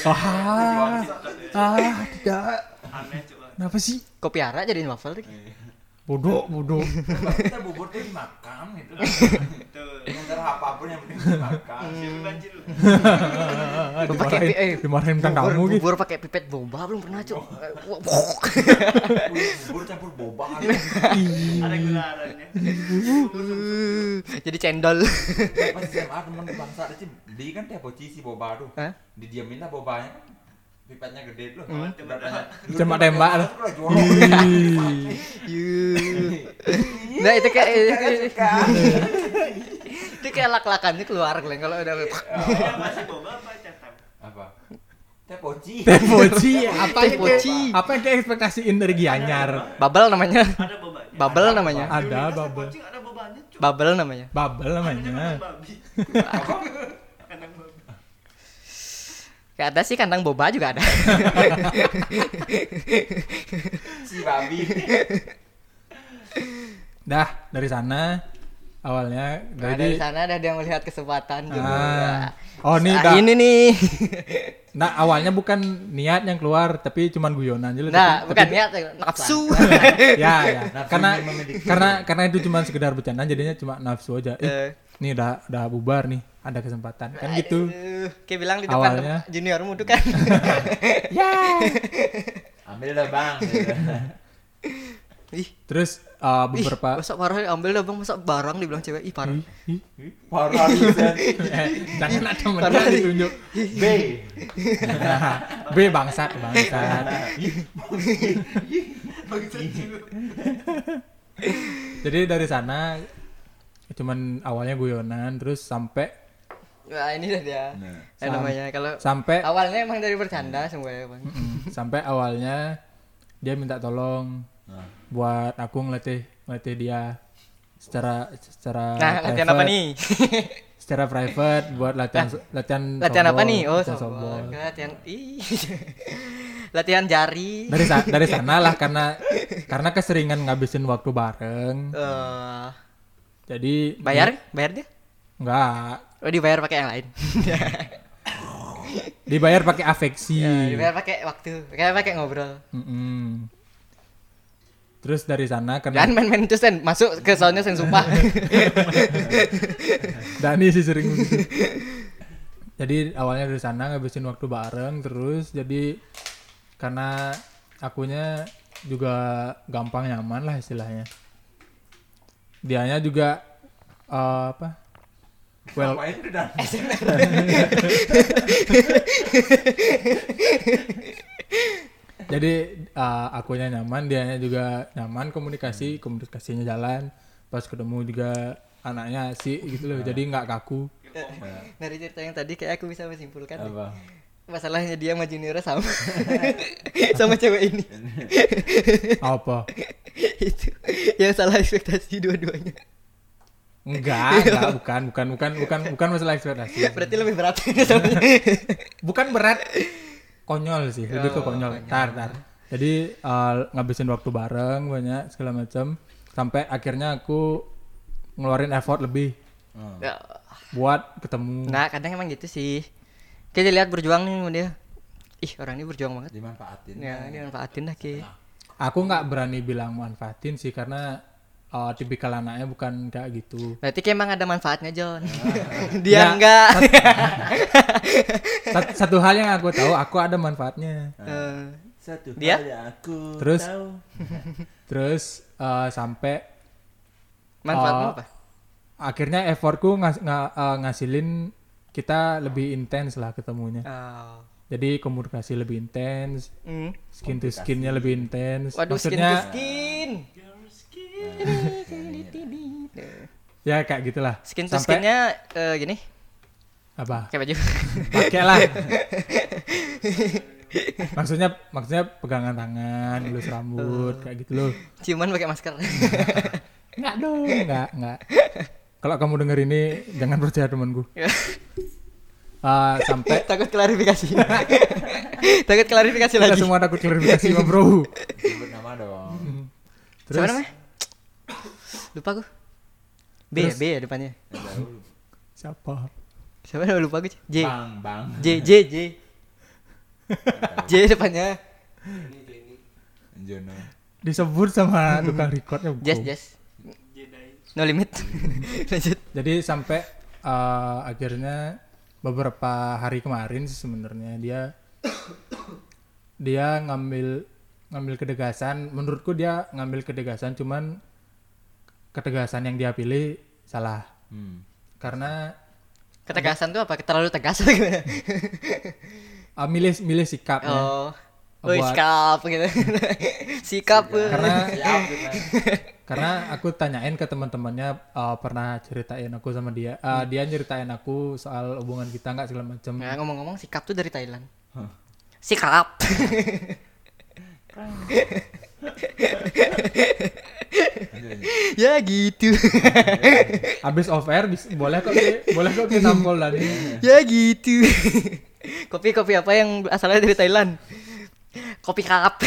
Speaker 2: Tidak.
Speaker 4: Aneh coba.
Speaker 2: Kenapa sih?
Speaker 3: Kopi ara jadiin waffle tuh.
Speaker 2: Bodoh.
Speaker 1: Kita bubur tuh dimakan gitu.
Speaker 4: Tuh.
Speaker 1: Sementara apapun yang penting dimakan.
Speaker 4: Siapa banjir lu?
Speaker 2: Dimarahin tentang kamu gitu.
Speaker 3: Bubur pakai pipet boba belum pernah, Cuk.
Speaker 1: Bubur campur boba.
Speaker 4: Ada gelarannya.
Speaker 3: Jadi cendol.
Speaker 1: Pas SMA temen bangsa sih beli kan tiap poci si boba tuh.
Speaker 3: Hah?
Speaker 1: Didiamin lah bobanya kan. Pipetnya gede tuh.
Speaker 2: Cuma tembak lah.
Speaker 3: Nah, itu kayak itu kayak lak-lakannya keluar kalau udah
Speaker 4: Masih boba apa cetam?
Speaker 1: Apa? Teh poci.
Speaker 2: Teh poci. Apa
Speaker 3: Teh poci.
Speaker 2: Apa yang ekspektasiin dari Gianyar?
Speaker 3: bubble namanya.
Speaker 4: Ada bobanya.
Speaker 3: Bubble namanya.
Speaker 2: Ada
Speaker 4: Rasa
Speaker 2: bubble.
Speaker 4: pocing ada bobanya, Cuk.
Speaker 3: Bubble namanya.
Speaker 2: Bubble namanya.
Speaker 4: Kandang babi. Kandang babi.
Speaker 3: Kayak ada sih kandang boba juga ada.
Speaker 1: Si babi.
Speaker 2: Dah dari sana awalnya
Speaker 3: Dari sana ada dia melihat kesempatan juga.
Speaker 2: Oh nih
Speaker 3: Ini nih.
Speaker 2: Nah awalnya bukan niat yang keluar tapi cuman guyonan aja.
Speaker 3: Nah, bukan niat, nafsu.
Speaker 2: Ya.
Speaker 1: Nafsunya
Speaker 2: Karena itu cuma sekedar bercanda jadinya cuma nafsu aja. Nih udah bubar nih, ada kesempatan kan gitu.
Speaker 3: Kayak bilang di depan
Speaker 2: Awalnya.
Speaker 3: juniormu tuh kan.
Speaker 1: Ambil dah bang.
Speaker 3: Ih,
Speaker 2: Terus beberapa
Speaker 3: masa parah ambil dah Bang, masa barang dibilang cewek. Ih, parah.
Speaker 1: Parah Luzen.
Speaker 2: jangan ada temennya
Speaker 3: Parah nih.
Speaker 2: ditunjuk.
Speaker 1: B.
Speaker 2: B bangsat. Jadi dari sana cuman awalnya guyonan terus sampai
Speaker 3: Wah, ini dah dia. Namanya kalau
Speaker 2: sampai
Speaker 3: awalnya emang dari bercanda semuanya, Bang.
Speaker 2: sampai awalnya dia minta tolong buat aku ngelatih dia secara
Speaker 3: Nah, latihan apa nih?
Speaker 2: secara private buat latihan
Speaker 3: Latihan apa
Speaker 2: softball,
Speaker 3: nih? Oh,
Speaker 2: latihan
Speaker 3: softball. Latihan latihan jari.
Speaker 2: dari sana lah karena keseringan ngabisin waktu bareng jadi
Speaker 3: Bayar dia?
Speaker 2: enggak
Speaker 3: Oh, dibayar pakai yang lain.
Speaker 2: dibayar pakai afeksi.
Speaker 3: Dibayar pakai waktu, kayak pakai ngobrol.
Speaker 2: Terus dari sana karena
Speaker 3: Jangan main-main terus Sen, masuk ke soalnya Sen sumpah.
Speaker 2: Dani sih sering gitu. Jadi awalnya dari sana ngabisin waktu bareng terus jadi karena akunya juga gampang nyaman lah istilahnya. Dianya juga
Speaker 1: Ngapain tuh dah?
Speaker 2: Jadi akunya nyaman, dianya juga nyaman, komunikasinya jalan. Pas ketemu juga anaknya asik gitu loh. Jadi nggak kaku.
Speaker 3: Dari cerita yang tadi kayak aku bisa menyimpulkan nih.
Speaker 1: Apa?
Speaker 3: Masalahnya dia sama juniornya sama. Sama cewek ini.
Speaker 2: Apa?
Speaker 3: Itu yang salah ekspektasi dua-duanya.
Speaker 2: bukan masalah ekspektasi.
Speaker 3: Berarti lebih berat.
Speaker 2: Bukan berat, konyol sih, lebih ke konyol. Tar. Jadi ngabisin waktu bareng banyak segala macam sampai akhirnya aku ngeluarin effort lebih buat ketemu.
Speaker 3: Nah, kadang emang gitu sih. Kita lihat berjuang nih sama dia. Ih, orang ini berjuang banget.
Speaker 1: Dimanfaatin.
Speaker 3: Ya, dimanfaatin dah Ki.
Speaker 2: Aku nggak berani bilang manfaatin sih karena tipikal anaknya bukan kayak gitu.
Speaker 3: Berarti kayak emang ada manfaatnya, John. Dia enggak.
Speaker 2: Satu hal yang aku tahu, aku ada manfaatnya.
Speaker 1: Satu
Speaker 3: Dia?
Speaker 1: hal yang aku
Speaker 2: Terus?
Speaker 1: tahu.
Speaker 2: Terus sampai
Speaker 3: Manfaatnya apa?
Speaker 2: akhirnya effortku ngasilin kita lebih intens lah ketemunya.
Speaker 3: Oh.
Speaker 2: Jadi komunikasi lebih intens,
Speaker 3: Hmm.
Speaker 2: skin to skinnya lebih intens.
Speaker 3: Waduh,
Speaker 2: Maksudnya
Speaker 3: skin.
Speaker 2: ya kayak gitulah.
Speaker 3: Skin to
Speaker 2: Sampai
Speaker 3: skinnya gini,
Speaker 2: apa?
Speaker 3: kayak baju.
Speaker 2: Pakai lah. maksudnya pegangan tangan, lulus rambut, kayak gitu loh.
Speaker 3: Ciuman pakai masker.
Speaker 2: Enggak dong, enggak. Kalau kamu denger ini jangan percaya temanku. Sampai
Speaker 3: Takut klarifikasi. Takut klarifikasi
Speaker 2: kita
Speaker 3: lagi.
Speaker 2: semua takut klarifikasi sama bro.
Speaker 1: Sebut nama dong.
Speaker 2: Terus
Speaker 3: Siapa namanya? Lupa aku. B ya depannya.
Speaker 2: siapa?
Speaker 3: Siapa namanya lupa aku. J.
Speaker 1: Bang.
Speaker 3: J depannya.
Speaker 1: Jono.
Speaker 2: Disebut sama tukang recordnya. bro.
Speaker 3: Jess. No limit. Lanjut.
Speaker 2: Jadi sampai akhirnya beberapa hari kemarin sih sebenarnya dia ngambil ketegasan. Menurutku dia ngambil ketegasan, cuman ketegasan yang dia pilih salah. Karena
Speaker 3: Ketegasan tuh apa? Terlalu tegas atau gimana?
Speaker 2: milih sikapnya.
Speaker 3: Oh.
Speaker 2: Buat-
Speaker 3: Sikap gitu. Sikap.
Speaker 2: Karena aku tanyain ke teman-temannya, pernah ceritain aku sama dia. Dia nyeritain aku soal hubungan kita nggak segala macam.
Speaker 3: Nah, ngomong-ngomong sikap tuh dari Thailand. Sikap. Ya gitu.
Speaker 2: Abis off air boleh kok kita nampol tadi.
Speaker 3: Ya gitu. Kopi apa yang asalnya dari Thailand? Kopi cup.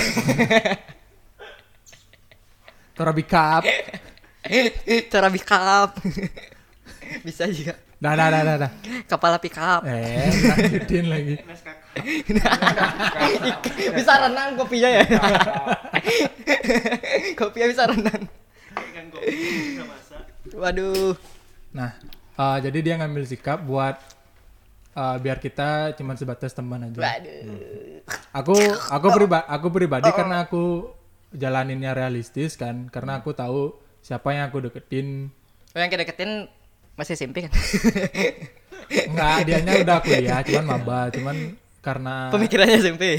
Speaker 2: Torabi Cup.
Speaker 3: Terapi cup. Bisa juga.
Speaker 2: Dah.
Speaker 3: Kepala pick up.
Speaker 2: Lanjutin lagi.
Speaker 3: Bisa renang kopinya ya. Kopinya bisa renang.
Speaker 4: Ikan kopi bisa masak.
Speaker 3: Waduh.
Speaker 2: Nah, jadi dia ngambil sikap buat biar kita cuma sebatas teman aja.
Speaker 3: Waduh.
Speaker 2: Aku pribadi karena aku jalaninnya realistis kan, karena aku tahu siapa yang aku deketin.
Speaker 3: Oh, yang kita deketin masih SMP kan?
Speaker 2: Enggak, dianya udah kuliah, cuman karena
Speaker 3: Pemikirannya SMP.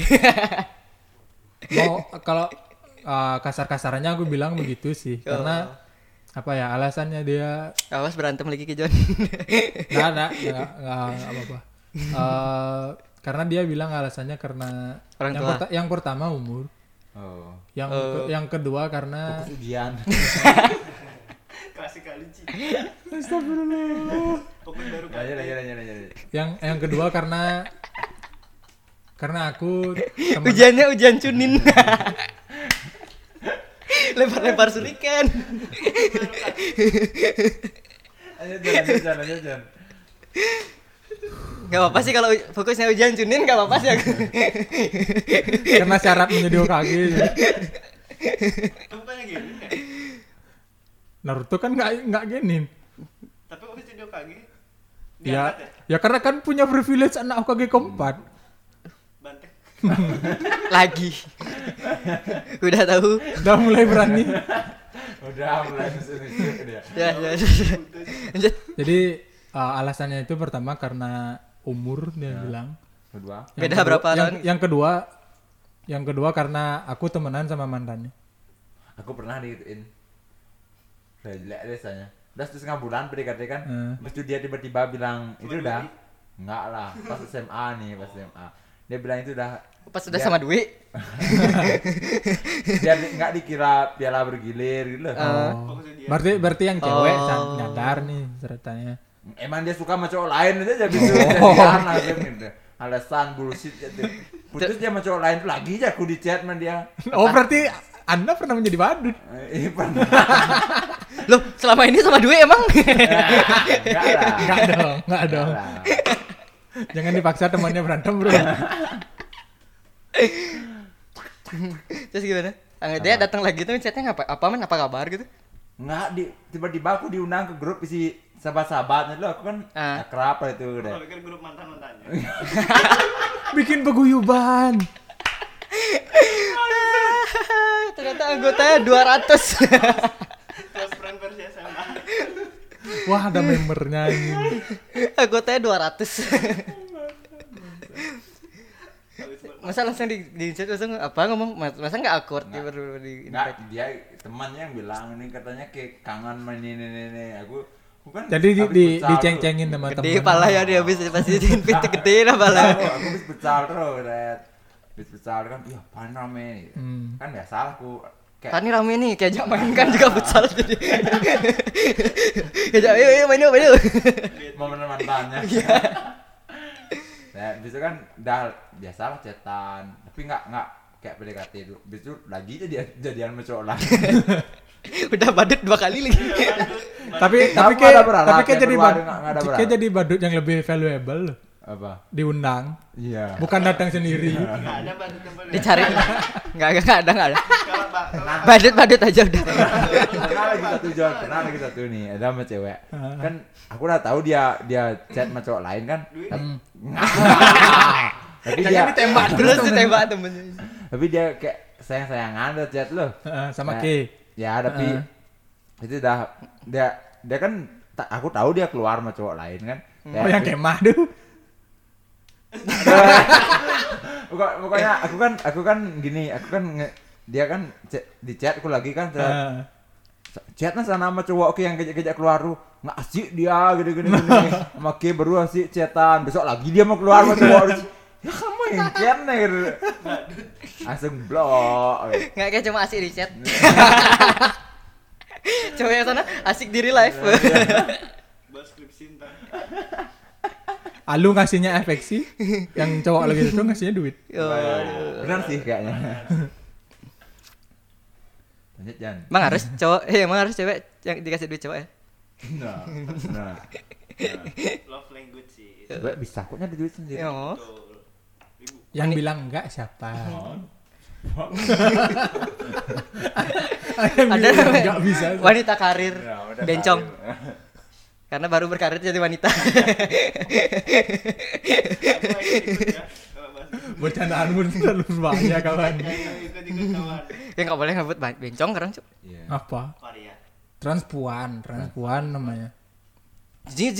Speaker 2: mau kalau kasar-kasarannya aku bilang begitu sih, karena apa ya alasannya dia
Speaker 3: Awas berantem lagi ke John.
Speaker 2: nggak apa-apa. Karena dia bilang alasannya karena
Speaker 3: Orang tua.
Speaker 2: yang pertama umur,
Speaker 1: Oh.
Speaker 2: yang kedua karena
Speaker 1: Fokus ujian.
Speaker 4: Kasih kali Ci.
Speaker 2: astagfirullah.
Speaker 4: Open baru kan.
Speaker 1: Lanjut.
Speaker 2: yang kedua karena aku temen-
Speaker 3: Ujiannya ujian cunin. Lempar-lempar suriken.
Speaker 1: Lanjut.
Speaker 3: Gak apa-apa sih kalau fokusnya ujian cunin, gak apa-apa sih aku.
Speaker 2: karena syarat menjadi Hokage.
Speaker 4: Itu bukannya gini ya?
Speaker 2: Naruto kan nggak gini.
Speaker 4: Tapi kok bisa dia kage?
Speaker 2: Ya karena kan punya privilege anak Hokage keempat.
Speaker 4: Banteng.
Speaker 3: Lagi. Udah tahu.
Speaker 2: Udah mulai berani.
Speaker 1: Udah mulai nusuk dia.
Speaker 3: Ya. Lanjut.
Speaker 2: Jadi alasannya itu pertama karena umur dia bilang.
Speaker 1: Kedua.
Speaker 3: Beda berapa tahun?
Speaker 2: Yang kedua karena aku temenan sama mantannya.
Speaker 1: Aku pernah digituin. Udah jelek desanya. Udah 1,5 bulan PDKT kan. Terus itu dia tiba-tiba bilang itu udah. Enggak lah, pas SMA. Dia bilang itu udah
Speaker 3: Pas sudah
Speaker 1: Ya.
Speaker 3: sama Dwi.
Speaker 1: Biar nggak dikira piala bergilir gitu loh.
Speaker 2: Oh.
Speaker 4: Fokusnya dia.
Speaker 2: Berarti yang cewek
Speaker 3: Oh.
Speaker 2: nyadar nih ceritanya.
Speaker 1: Emang dia suka sama cowok lain aja jadi jadian langsung gitu. Alasan bullshit gitu. Putus dia sama cowok lain tuh lagi aja aku di chat sama dia.
Speaker 2: Oh, berarti Anda pernah menjadi badut.
Speaker 1: Iya pernah.
Speaker 3: Loh, selama ini sama Dwi emang?
Speaker 1: Enggak lah.
Speaker 2: Enggak dong.
Speaker 1: Enggak lah.
Speaker 2: Jangan dipaksa temannya berantem, Bro.
Speaker 3: Terus gimana? Dia datang lagi tuh chatnya apa men, apa kabar gitu?
Speaker 1: Enggak, tiba-tiba aku diundang ke grup isi sahabat-sahabatnya lo, aku kan akrab lah itu udah.
Speaker 4: Kalau pikir grup mantan-mantannya.
Speaker 2: Bikin paguyuban.
Speaker 3: Ternyata anggotanya 200.
Speaker 4: Close friend versi SMA.
Speaker 2: Wah, ada membernya ini.
Speaker 3: Anggotanya 200. Masa langsung di chat langsung apa ngomong? Masa enggak awkward dia baru di
Speaker 1: Enggak, dia temannya yang bilang ini katanya kayak kangen main ini. Aku kan
Speaker 2: Jadi
Speaker 1: habis futsal
Speaker 2: diceng-cengin sama
Speaker 3: gede
Speaker 2: teman.
Speaker 3: pala ya dia habis pasti pintu gede lah
Speaker 1: tuh.
Speaker 3: pala.
Speaker 1: Aku habis futsal terus, Red. Habis futsal kan, iya apaan rame. Kan biasa lah aku kayak
Speaker 3: Tani rame nih, kayak main kan juga futsal jadi. Kayak ayo main yuk.
Speaker 1: momen mantannya. Nah, biasa kan udah biasa lah chatan, tapi nggak kayak PDKT dulu. Besok lagi jadian sama cowok lain.
Speaker 3: Udah badut 2 kali lagi.
Speaker 2: Tapi
Speaker 1: Nggak
Speaker 2: kayak
Speaker 1: ada berharap,
Speaker 2: tapi kayak
Speaker 1: yang
Speaker 2: jadi
Speaker 1: keluar
Speaker 2: badut.
Speaker 1: nggak ada
Speaker 2: Kayak
Speaker 1: berharap.
Speaker 2: jadi badut yang lebih valuable loh.
Speaker 1: Apa?
Speaker 2: Diundang,
Speaker 1: Iya.
Speaker 2: bukan datang sendiri.
Speaker 4: Enggak ada badut yang boleh.
Speaker 3: Dicari. Enggak ada.
Speaker 4: Kalau
Speaker 3: Badut aja udah.
Speaker 1: Pernah lagi satu nih, ada sama cewek. Kan aku udah tahu dia chat sama cowok lain kan. Tapi dia
Speaker 2: Jangan ditembak
Speaker 3: Terus ditembak temennya.
Speaker 1: tapi dia kayak sayang-sayangan udah chat lo.
Speaker 2: Sama
Speaker 1: Nah,
Speaker 2: K.
Speaker 1: Ya, tapi itu udah dia kan aku tahu dia keluar sama cowok lain kan.
Speaker 2: Oh, yang kemah tuh.
Speaker 1: Pokoknya aku kan gini, dia kan di chat aku lagi kan chatnya sana sama cowok yang kejak keluar tuh nggak asik dia gini sama Ki baru asik chatan, besok lagi dia mau keluar sama cowok ya kamu yang chat nih gitu. Langsung blok
Speaker 3: Enggak kayak cuma asik di chat. Coba yang sana asik di real life.
Speaker 4: buat skripsi ntar.
Speaker 2: Alu ngasihnya afeksi, yang cowok lagi itu ngasihnya duit.
Speaker 1: benar sih kayaknya. Lanjut Jan.
Speaker 3: Emang harus cewek yang dikasih duit cowok ya?
Speaker 1: Nah.
Speaker 4: Love language sih.
Speaker 1: Cewek bisa kok nyari duit sendiri.
Speaker 3: Oh.
Speaker 4: Betul.
Speaker 2: Yang bilang enggak siapa? Yang
Speaker 3: Ada
Speaker 2: bilang
Speaker 3: namanya
Speaker 2: enggak bisa.
Speaker 3: wanita karir
Speaker 1: Ya, udah
Speaker 3: bencong.
Speaker 1: karir.
Speaker 3: Karena baru berkarir jadi wanita.
Speaker 4: Aku lagi ikut ya. Kalau bahas
Speaker 2: Bercandaanmu terlalu banyak kawan.
Speaker 4: ikut kawan.
Speaker 3: Ya enggak boleh ngebut bencong sekarang, Cuk.
Speaker 1: Iya.
Speaker 2: Apa?
Speaker 4: Varia.
Speaker 2: Transpuan namanya.
Speaker 3: Zit.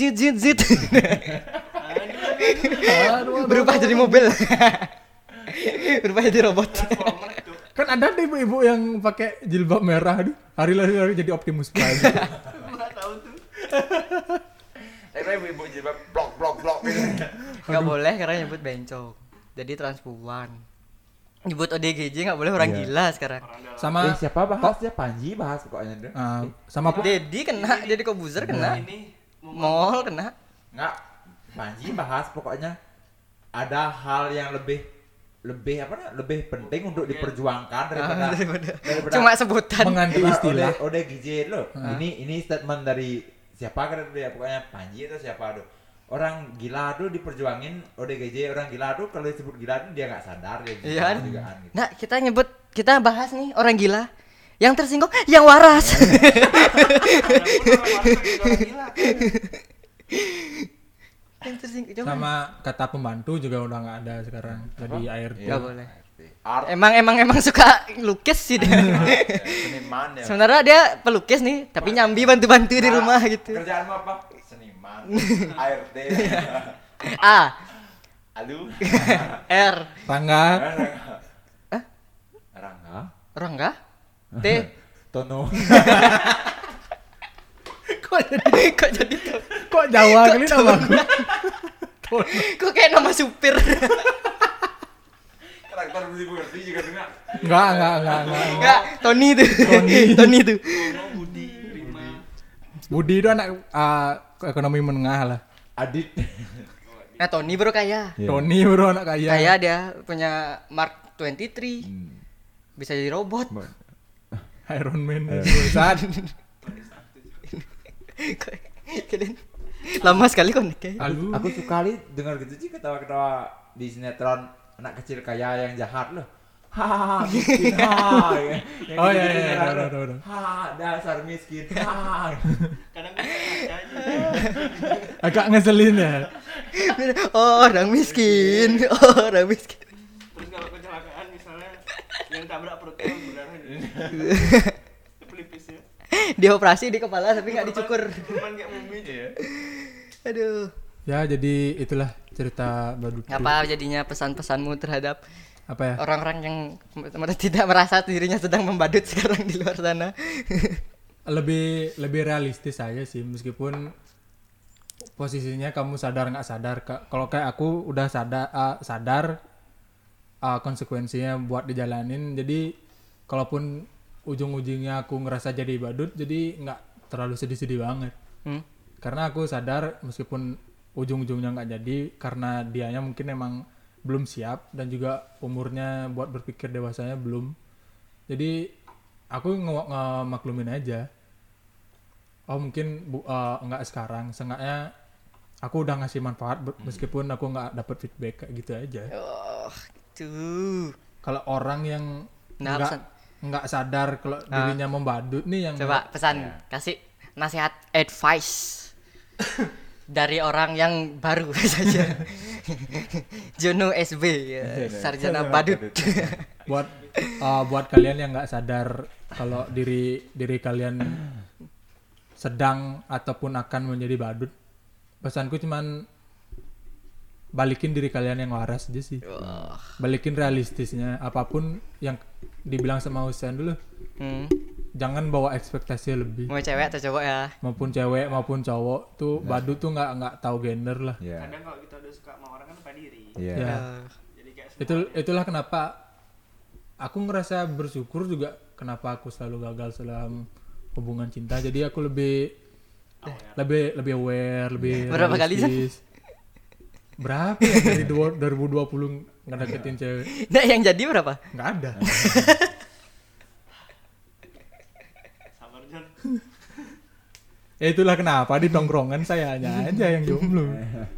Speaker 3: Berubah jadi mobil. Berubah jadi robot.
Speaker 4: Transformer itu.
Speaker 2: Kan ada deh ibu-ibu yang pakai jilbab merah aduh, hari-hari jadi Optimus Prime.
Speaker 4: Enggak tahu tuh.
Speaker 1: Tapi ibu jilbab blok gitu.
Speaker 3: Enggak boleh karena nyebut bencong. Jadi transpuan. Nyebut ODGJ enggak boleh orang
Speaker 1: Iya.
Speaker 3: gila sekarang.
Speaker 4: Orang dalam.
Speaker 2: Sama
Speaker 1: Siapa bahas ya Panji bahas pokoknya tuh.
Speaker 2: sama
Speaker 3: Dedi kena, Dedi Kobuzer kena.
Speaker 4: Ini
Speaker 3: Mall kena.
Speaker 1: Enggak, Panji bahas pokoknya ada hal yang lebih penting untuk diperjuangkan daripada
Speaker 3: Cuma sebutan.
Speaker 2: mengganti istilah.
Speaker 1: ODGJ lo. Ini statement dari siapa kan dia pokoknya Panji atau siapa tuh. Orang gila tuh diperjuangin ODGJ, orang gila tuh kalau disebut gila tuh dia nggak sadar dia
Speaker 3: Iya kan?
Speaker 1: juga kan gitu.
Speaker 3: Nah, kita bahas nih orang gila. Yang tersinggung yang waras. Yang tersinggung coba.
Speaker 2: Sama kata pembantu juga udah nggak ada sekarang. Jadi ART.
Speaker 3: Nggak boleh.
Speaker 1: Art
Speaker 3: Emang suka lukis sih dia.
Speaker 1: seniman ya.
Speaker 3: Sebenarnya dia pelukis nih, tapi nyambi bantu-bantu di rumah gitu.
Speaker 1: Kerjaan apa? Seniman. ART.
Speaker 3: A,
Speaker 1: Aduh.
Speaker 3: R,
Speaker 2: Rangga,
Speaker 1: Rangga.
Speaker 3: Rangga, T.
Speaker 1: Tono.
Speaker 2: kok jadi
Speaker 3: Kok jadi tuh?
Speaker 2: kok Jawa kali nama aku?
Speaker 3: Kok kayak nama supir?
Speaker 1: Karakter mesti mengerti juga enggak.
Speaker 3: Enggak, Tony tuh. Tony tuh.
Speaker 4: Ngomong Budi, Rima.
Speaker 2: Budi itu anak ekonomi menengah lah.
Speaker 1: Adit.
Speaker 3: Nah, Tony bro kaya.
Speaker 1: Iya.
Speaker 2: Tony bro anak kaya.
Speaker 3: Kaya dia punya Mark 23. Bisa jadi robot.
Speaker 2: Iron Man.
Speaker 1: Saat
Speaker 3: Kalian lama sekali koneknya.
Speaker 1: aku suka kali dengar gitu sih ketawa-ketawa di sinetron anak kecil kaya yang jahat loh. Hahaha miskin. Yang
Speaker 2: Oh,
Speaker 1: gitu-gitu
Speaker 2: iya,
Speaker 1: jahat loh.
Speaker 2: tahu.
Speaker 1: Dasar miskin.
Speaker 4: Kadang gue baca aja.
Speaker 2: Agak ngeselin ya.
Speaker 3: Oh, orang miskin.
Speaker 4: Terus kalau kecelakaan misalnya yang tabrak perutnya berdarah ini. Pelipis ya.
Speaker 3: Dia operasi di kepala tapi nggak dicukur.
Speaker 4: Cuman kayak mumi.
Speaker 3: Aduh.
Speaker 2: Ya jadi itulah cerita badut.
Speaker 3: Apa jadinya pesan-pesanmu terhadap
Speaker 2: Apa ya?
Speaker 3: orang-orang yang tidak merasa dirinya sedang membadut sekarang di luar sana?
Speaker 2: Lebih realistis aja sih, meskipun posisinya kamu sadar nggak sadar. Kalau kayak aku udah sadar konsekuensinya buat dijalanin. Jadi kalaupun ujung-ujungnya aku ngerasa jadi badut, jadi nggak terlalu sedih-sedih banget. Karena aku sadar meskipun ujung-ujungnya nggak jadi, karena dianya mungkin emang belum siap dan juga umurnya buat berpikir dewasanya belum. Jadi aku ngemaklumin aja. Oh mungkin nggak sekarang, seenggaknya aku udah ngasih manfaat meskipun aku nggak dapet feedback kayak gitu aja.
Speaker 3: Oh, tuh.
Speaker 2: Kalau orang yang
Speaker 3: Nah,
Speaker 2: nggak sadar kalau dirinya membadut nih yang
Speaker 3: Coba pesan, kasih nasihat advice dari orang yang baru saja. Jono SB ya, sarjana badut.
Speaker 2: buat kalian yang nggak sadar kalau diri kalian sedang ataupun akan menjadi badut, pesanku cuman balikin diri kalian yang waras aja sih. Balikin realistisnya, apapun yang dibilang sama Husain dulu, jangan bawa ekspektasi lebih.
Speaker 3: Mau cewek atau cowok ya?
Speaker 2: Maupun cewek maupun cowok tuh badut tuh nggak tahu gender lah.
Speaker 4: Kadang kalau kita udah suka sama orang kan lupa diri.
Speaker 2: Ya.
Speaker 4: Jadi kayak
Speaker 2: Itulah kenapa aku ngerasa bersyukur juga kenapa aku selalu gagal dalam hubungan cinta. Jadi aku lebih aware, lebih
Speaker 3: Berapa kali, Zan?
Speaker 2: realistis. Berapa ya dari 2020 ngedeketin cewek?
Speaker 3: Nah, yang jadi berapa?
Speaker 2: Nggak ada.
Speaker 4: sabar Jon.
Speaker 2: Ya itulah kenapa di tongkrongan saya hanya aja yang jomblo.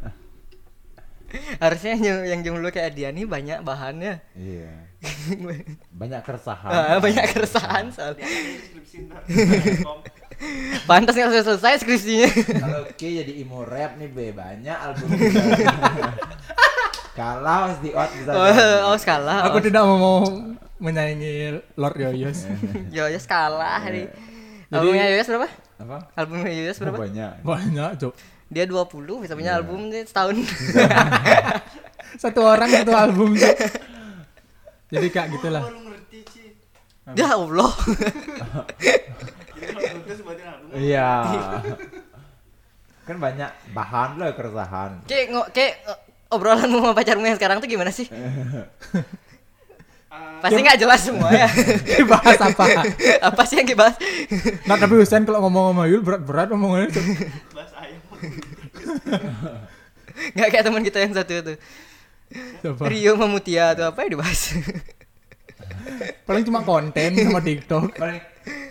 Speaker 3: Harusnya yang jomblo kayak dia nih banyak bahannya.
Speaker 1: Iya. Banyak keresahan.
Speaker 3: Banyak keresahan soal.
Speaker 4: Dia ada deskripsi ntar.
Speaker 3: Pantas nggak selesai skripsinya.
Speaker 1: Kalau Oke jadi emo rap nih banyak album. Kalah di out bisa.
Speaker 3: Oh, skala.
Speaker 2: Aku tidak mau menyaingi Lord Yoyos.
Speaker 3: Yoyos kalah nih.
Speaker 2: Jadi-
Speaker 3: Albumnya Yoyos berapa?
Speaker 1: Apa?
Speaker 3: Albumnya Yoyos berapa?
Speaker 1: Banyak.
Speaker 2: Banyak, Cok.
Speaker 3: Dia 20 bisa punya album nih setahun.
Speaker 2: Satu orang satu album, Cok. Jadi kayak gitulah.
Speaker 4: Baru ngerti Ci.
Speaker 3: Ya Allah.
Speaker 4: Jadi kalau ngerti sebutin album.
Speaker 1: Iya. Kan banyak bahan lah keresahan.
Speaker 3: Kayak obrolanmu sama pacarmu yang sekarang tuh gimana sih? Pasti nggak jelas semua ya.
Speaker 2: Bahas apa?
Speaker 3: Apa sih yang dibahas?
Speaker 2: Nah, tapi Husain kalau ngomong sama Yul berat-berat omongannya, Cok.
Speaker 4: Bahas ayam.
Speaker 3: Nggak kayak teman kita yang satu itu.
Speaker 2: Siapa?
Speaker 3: Rio sama Mutia atau apa yang dibahas?
Speaker 2: Paling cuma konten sama TikTok.
Speaker 1: Paling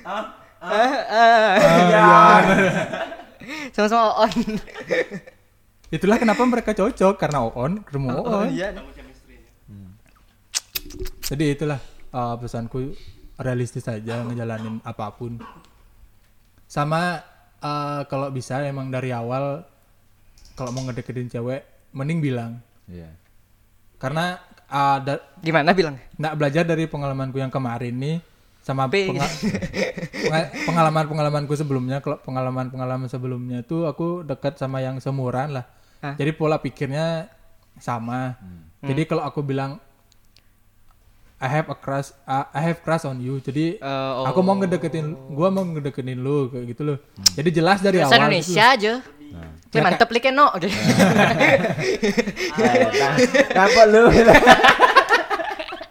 Speaker 3: Sama-sama on.
Speaker 2: Itulah kenapa mereka cocok, karena on ketemu on.
Speaker 3: Iya.
Speaker 4: Kamu chemistry-nya.
Speaker 2: Jadi itulah pesanku, realistis aja ngejalanin apapun. Sama kalau bisa emang dari awal kalau mau ngedeketin cewek mending bilang.
Speaker 1: Iya.
Speaker 2: Karena
Speaker 3: Gimana bilang?
Speaker 2: nggak belajar dari pengalamanku yang kemarin nih sama
Speaker 3: P.
Speaker 2: pengalamanku sebelumnya. Kalau pengalaman sebelumnya tuh aku dekat sama yang seumuran lah. Jadi pola pikirnya sama. Jadi kalau aku bilang I have crush on you. Jadi aku mau gua mau ngedeketin lu kayak gitu loh. Jadi jelas dari
Speaker 3: Bahasa
Speaker 2: awal.
Speaker 3: Indonesia aja. Kayak mantep like no.
Speaker 1: Kenapa lu?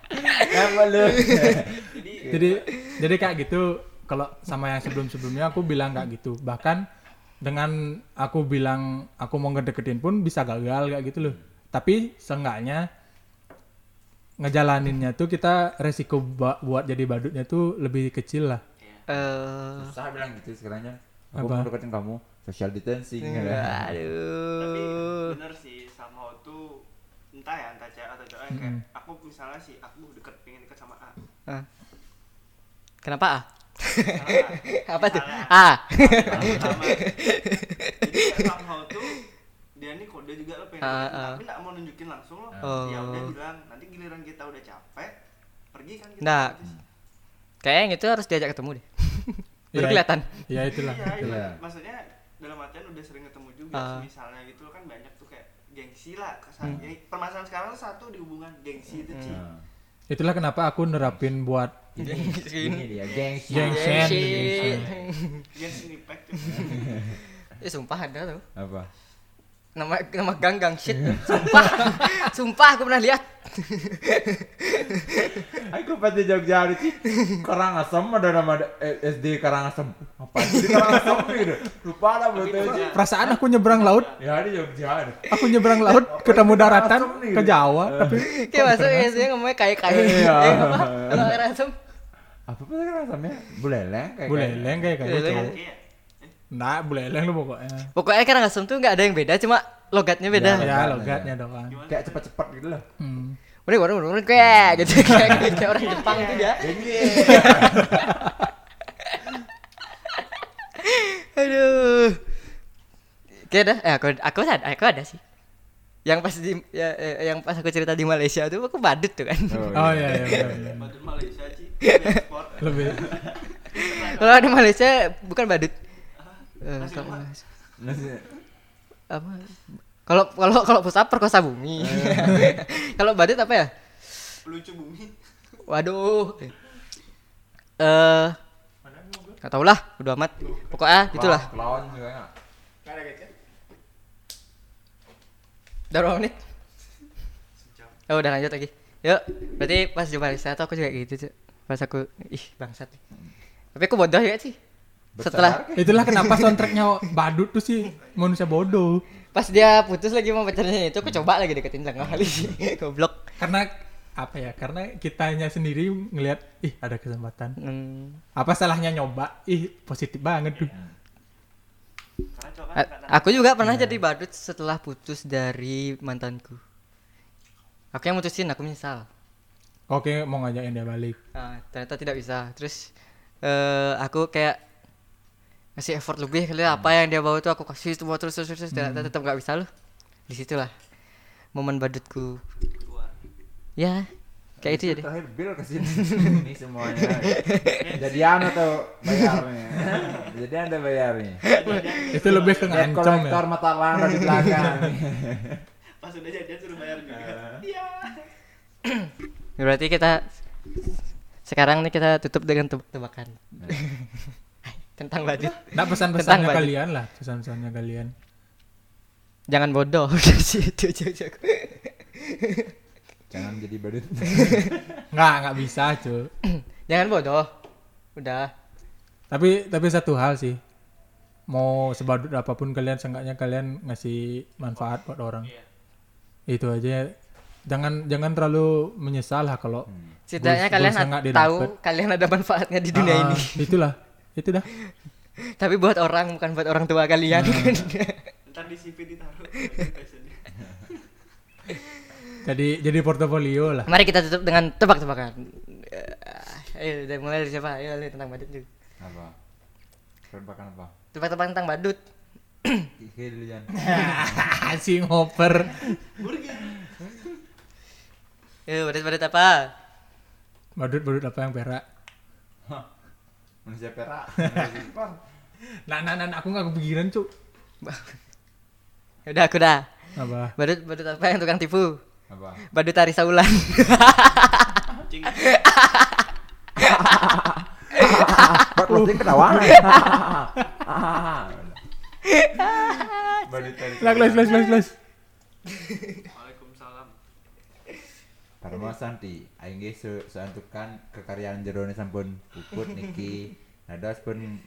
Speaker 1: apa lu?
Speaker 2: Jadi kayak gitu. Kalau sama yang sebelum-sebelumnya aku bilang nggak gitu. Bahkan dengan aku bilang aku mau ngedeketin pun bisa gagal kayak gitu loh. Tapi seenggaknya ngejalaninnya tuh kita resiko buat jadi badutnya tuh lebih kecil lah.
Speaker 1: Susah bilang gitu sekarangnya. Aku
Speaker 2: Apa?
Speaker 1: mau deketin kamu, social distancing.
Speaker 4: Tapi
Speaker 3: Aduh.
Speaker 4: bener sih somehow tuh entah cewek atau cowok yang kayak aku misalnya sih aku pengen deket sama A.
Speaker 3: Kenapa?
Speaker 4: Misalnya
Speaker 3: Apa tuh?
Speaker 4: misalnya sama. Jadi somehow tuh dia nih kode juga lo pengen deketin, tapi nggak mau nunjukin langsung lo. Ya udah bilang nanti giliran kita udah capek pergi kan kita.
Speaker 3: Nah.
Speaker 4: aja sih.
Speaker 3: Kayaknya itu harus diajak ketemu deh. Baru
Speaker 2: Iya.
Speaker 3: kelihatan.
Speaker 2: Ya itulah.
Speaker 1: Iya.
Speaker 4: Maksudnya dalam artian udah sering ketemu juga misalnya gitu lo kan banyak tuh kayak gengsi lah. Jadi permasalahan sekarang tuh satu di hubungan gengsi itu sih.
Speaker 2: Itulah kenapa aku nerapin buat
Speaker 1: Ini dia gengsi.
Speaker 2: gengsi.
Speaker 4: Gengsi impact.
Speaker 3: Sumpah ada tuh.
Speaker 1: Apa?
Speaker 3: Nama gang shit. Sumpah aku pernah lihat.
Speaker 1: Aku pas di Jogja ada sih Karangasem ada nama SD Karangasem. Apa sih di Karangasem gitu? Lupa lah betul.
Speaker 2: Perasaan aku nyebrang laut,
Speaker 1: Ya di Jogja ada.
Speaker 2: aku nyebrang laut ketemu daratan ke Jawa, tapi
Speaker 3: Kayak masuk biasanya ngomongnya kayak
Speaker 1: Iya.
Speaker 3: apa? Kalau ngerasem.
Speaker 1: Apa sih Karangasemnya? Buleleng kayak.
Speaker 2: buleleng kayak gitu.
Speaker 3: Buleleng.
Speaker 4: Iya.
Speaker 2: Nah, buleleng lu pokoknya.
Speaker 3: Pokoknya kan ngasem tuh nggak ada yang beda, cuma logatnya beda.
Speaker 2: Ya, logatnya doang.
Speaker 1: Kayak cepat-cepat gitu loh.
Speaker 3: Udah kayak gitu kayak orang Jepang itu dia. Aduh. Kayak dah, aku ada sih. Yang pas yang pas aku cerita di Malaysia tuh aku badut tuh kan.
Speaker 2: Oh iya.
Speaker 4: Badut Malaysia sih. Sport.
Speaker 2: Lebih
Speaker 3: Kalau di Malaysia bukan badut. Apa? Kalau pusat perkosa bumi. Kalau badut apa ya?
Speaker 4: Pelucu bumi.
Speaker 3: Waduh. Gak tau lah, udah amat. Pokoknya gitulah.
Speaker 1: Clown juga enggak?
Speaker 3: Udah berapa menit? Oh udah lanjut lagi. Yuk, berarti pas di Malaysia tuh aku juga gitu tuh. Pas aku, bangsat. Tapi aku bodoh ya sih. Setelah
Speaker 2: itulah kenapa soundtracknya badut tuh sih manusia bodoh.
Speaker 3: pas dia putus lagi sama pacarnya itu, aku coba lagi deketin tengah kali. Goblok.
Speaker 2: Karena apa ya? Karena kitanya sendiri ngelihat ada kesempatan. Apa salahnya nyoba? Positif banget tuh.
Speaker 4: Karena cowok kan
Speaker 3: Aku juga pernah jadi badut setelah putus dari mantanku. Aku yang mutusin, aku menyesal.
Speaker 2: Oke, mau ngajakin dia balik.
Speaker 3: Ternyata tidak bisa. Terus aku kayak ngasih effort lebih kali apa yang dia bawa tuh aku kasih semua terus ternyata tetap nggak bisa loh. Disitulah momen badutku. Ya, kayak itu jadi.
Speaker 1: Terakhir bill kesini ini semuanya. Jadian atau bayarnya? Jadian ada bayarnya.
Speaker 2: Itu lebih ke
Speaker 1: Debt
Speaker 2: ngancam
Speaker 1: kolektor
Speaker 2: ya.
Speaker 1: mata langgar di belakang.
Speaker 4: pas udah jadian suruh bayar juga. Iya.
Speaker 3: Berarti kita sekarang nih kita tutup dengan tebakan tentang badut.
Speaker 2: Nah, pesan-pesannya
Speaker 3: Tentang badut.
Speaker 2: kalian lah, pesan-pesannya kalian.
Speaker 3: Jangan bodoh. Udah sih itu aja.
Speaker 1: Jangan jadi badut.
Speaker 2: Nggak bisa, cuy.
Speaker 3: Jangan bodoh. Udah.
Speaker 2: Tapi satu hal sih. Mau sebadut apapun kalian, seenggaknya kalian ngasih manfaat buat orang. Itu aja. Jangan terlalu menyesal lah kalau
Speaker 3: Setidaknya
Speaker 2: goals-
Speaker 3: kalian
Speaker 2: goalsnya nggak
Speaker 3: tahu
Speaker 2: didapet.
Speaker 3: kalian ada manfaatnya di dunia ini.
Speaker 2: Itulah. Itu dah.
Speaker 3: Tapi buat orang, bukan buat orang tua kalian.
Speaker 4: Ntar di CV ditaruh.
Speaker 2: Jadi portofolio lah.
Speaker 3: Mari kita tutup dengan tebak-tebakan. Ayo, udah mulai dari siapa? Ayo, tentang badut dulu.
Speaker 1: Apa? Tebakan apa?
Speaker 3: Tebak-tebakan tentang badut.
Speaker 1: Kilian.
Speaker 2: Si ngoper.
Speaker 3: Ayo, badut apa?
Speaker 2: Badut apa yang perak?
Speaker 1: Manusia perak. Manusia Jepang.
Speaker 2: Nah, aku nggak kepikiran, cuk.
Speaker 3: Udah, aku dah.
Speaker 2: Apa?
Speaker 3: Badut apa yang tukang tipu?
Speaker 1: Apa?
Speaker 3: Badut Arisa Ulan.
Speaker 4: Cing.
Speaker 1: Buat closing ketawa. Badut tadi.
Speaker 2: Close.
Speaker 4: Waalaikumsalam.
Speaker 1: karena santi aing ge seantukan kekaryaan jerone sampun puput niki. Nah, das pun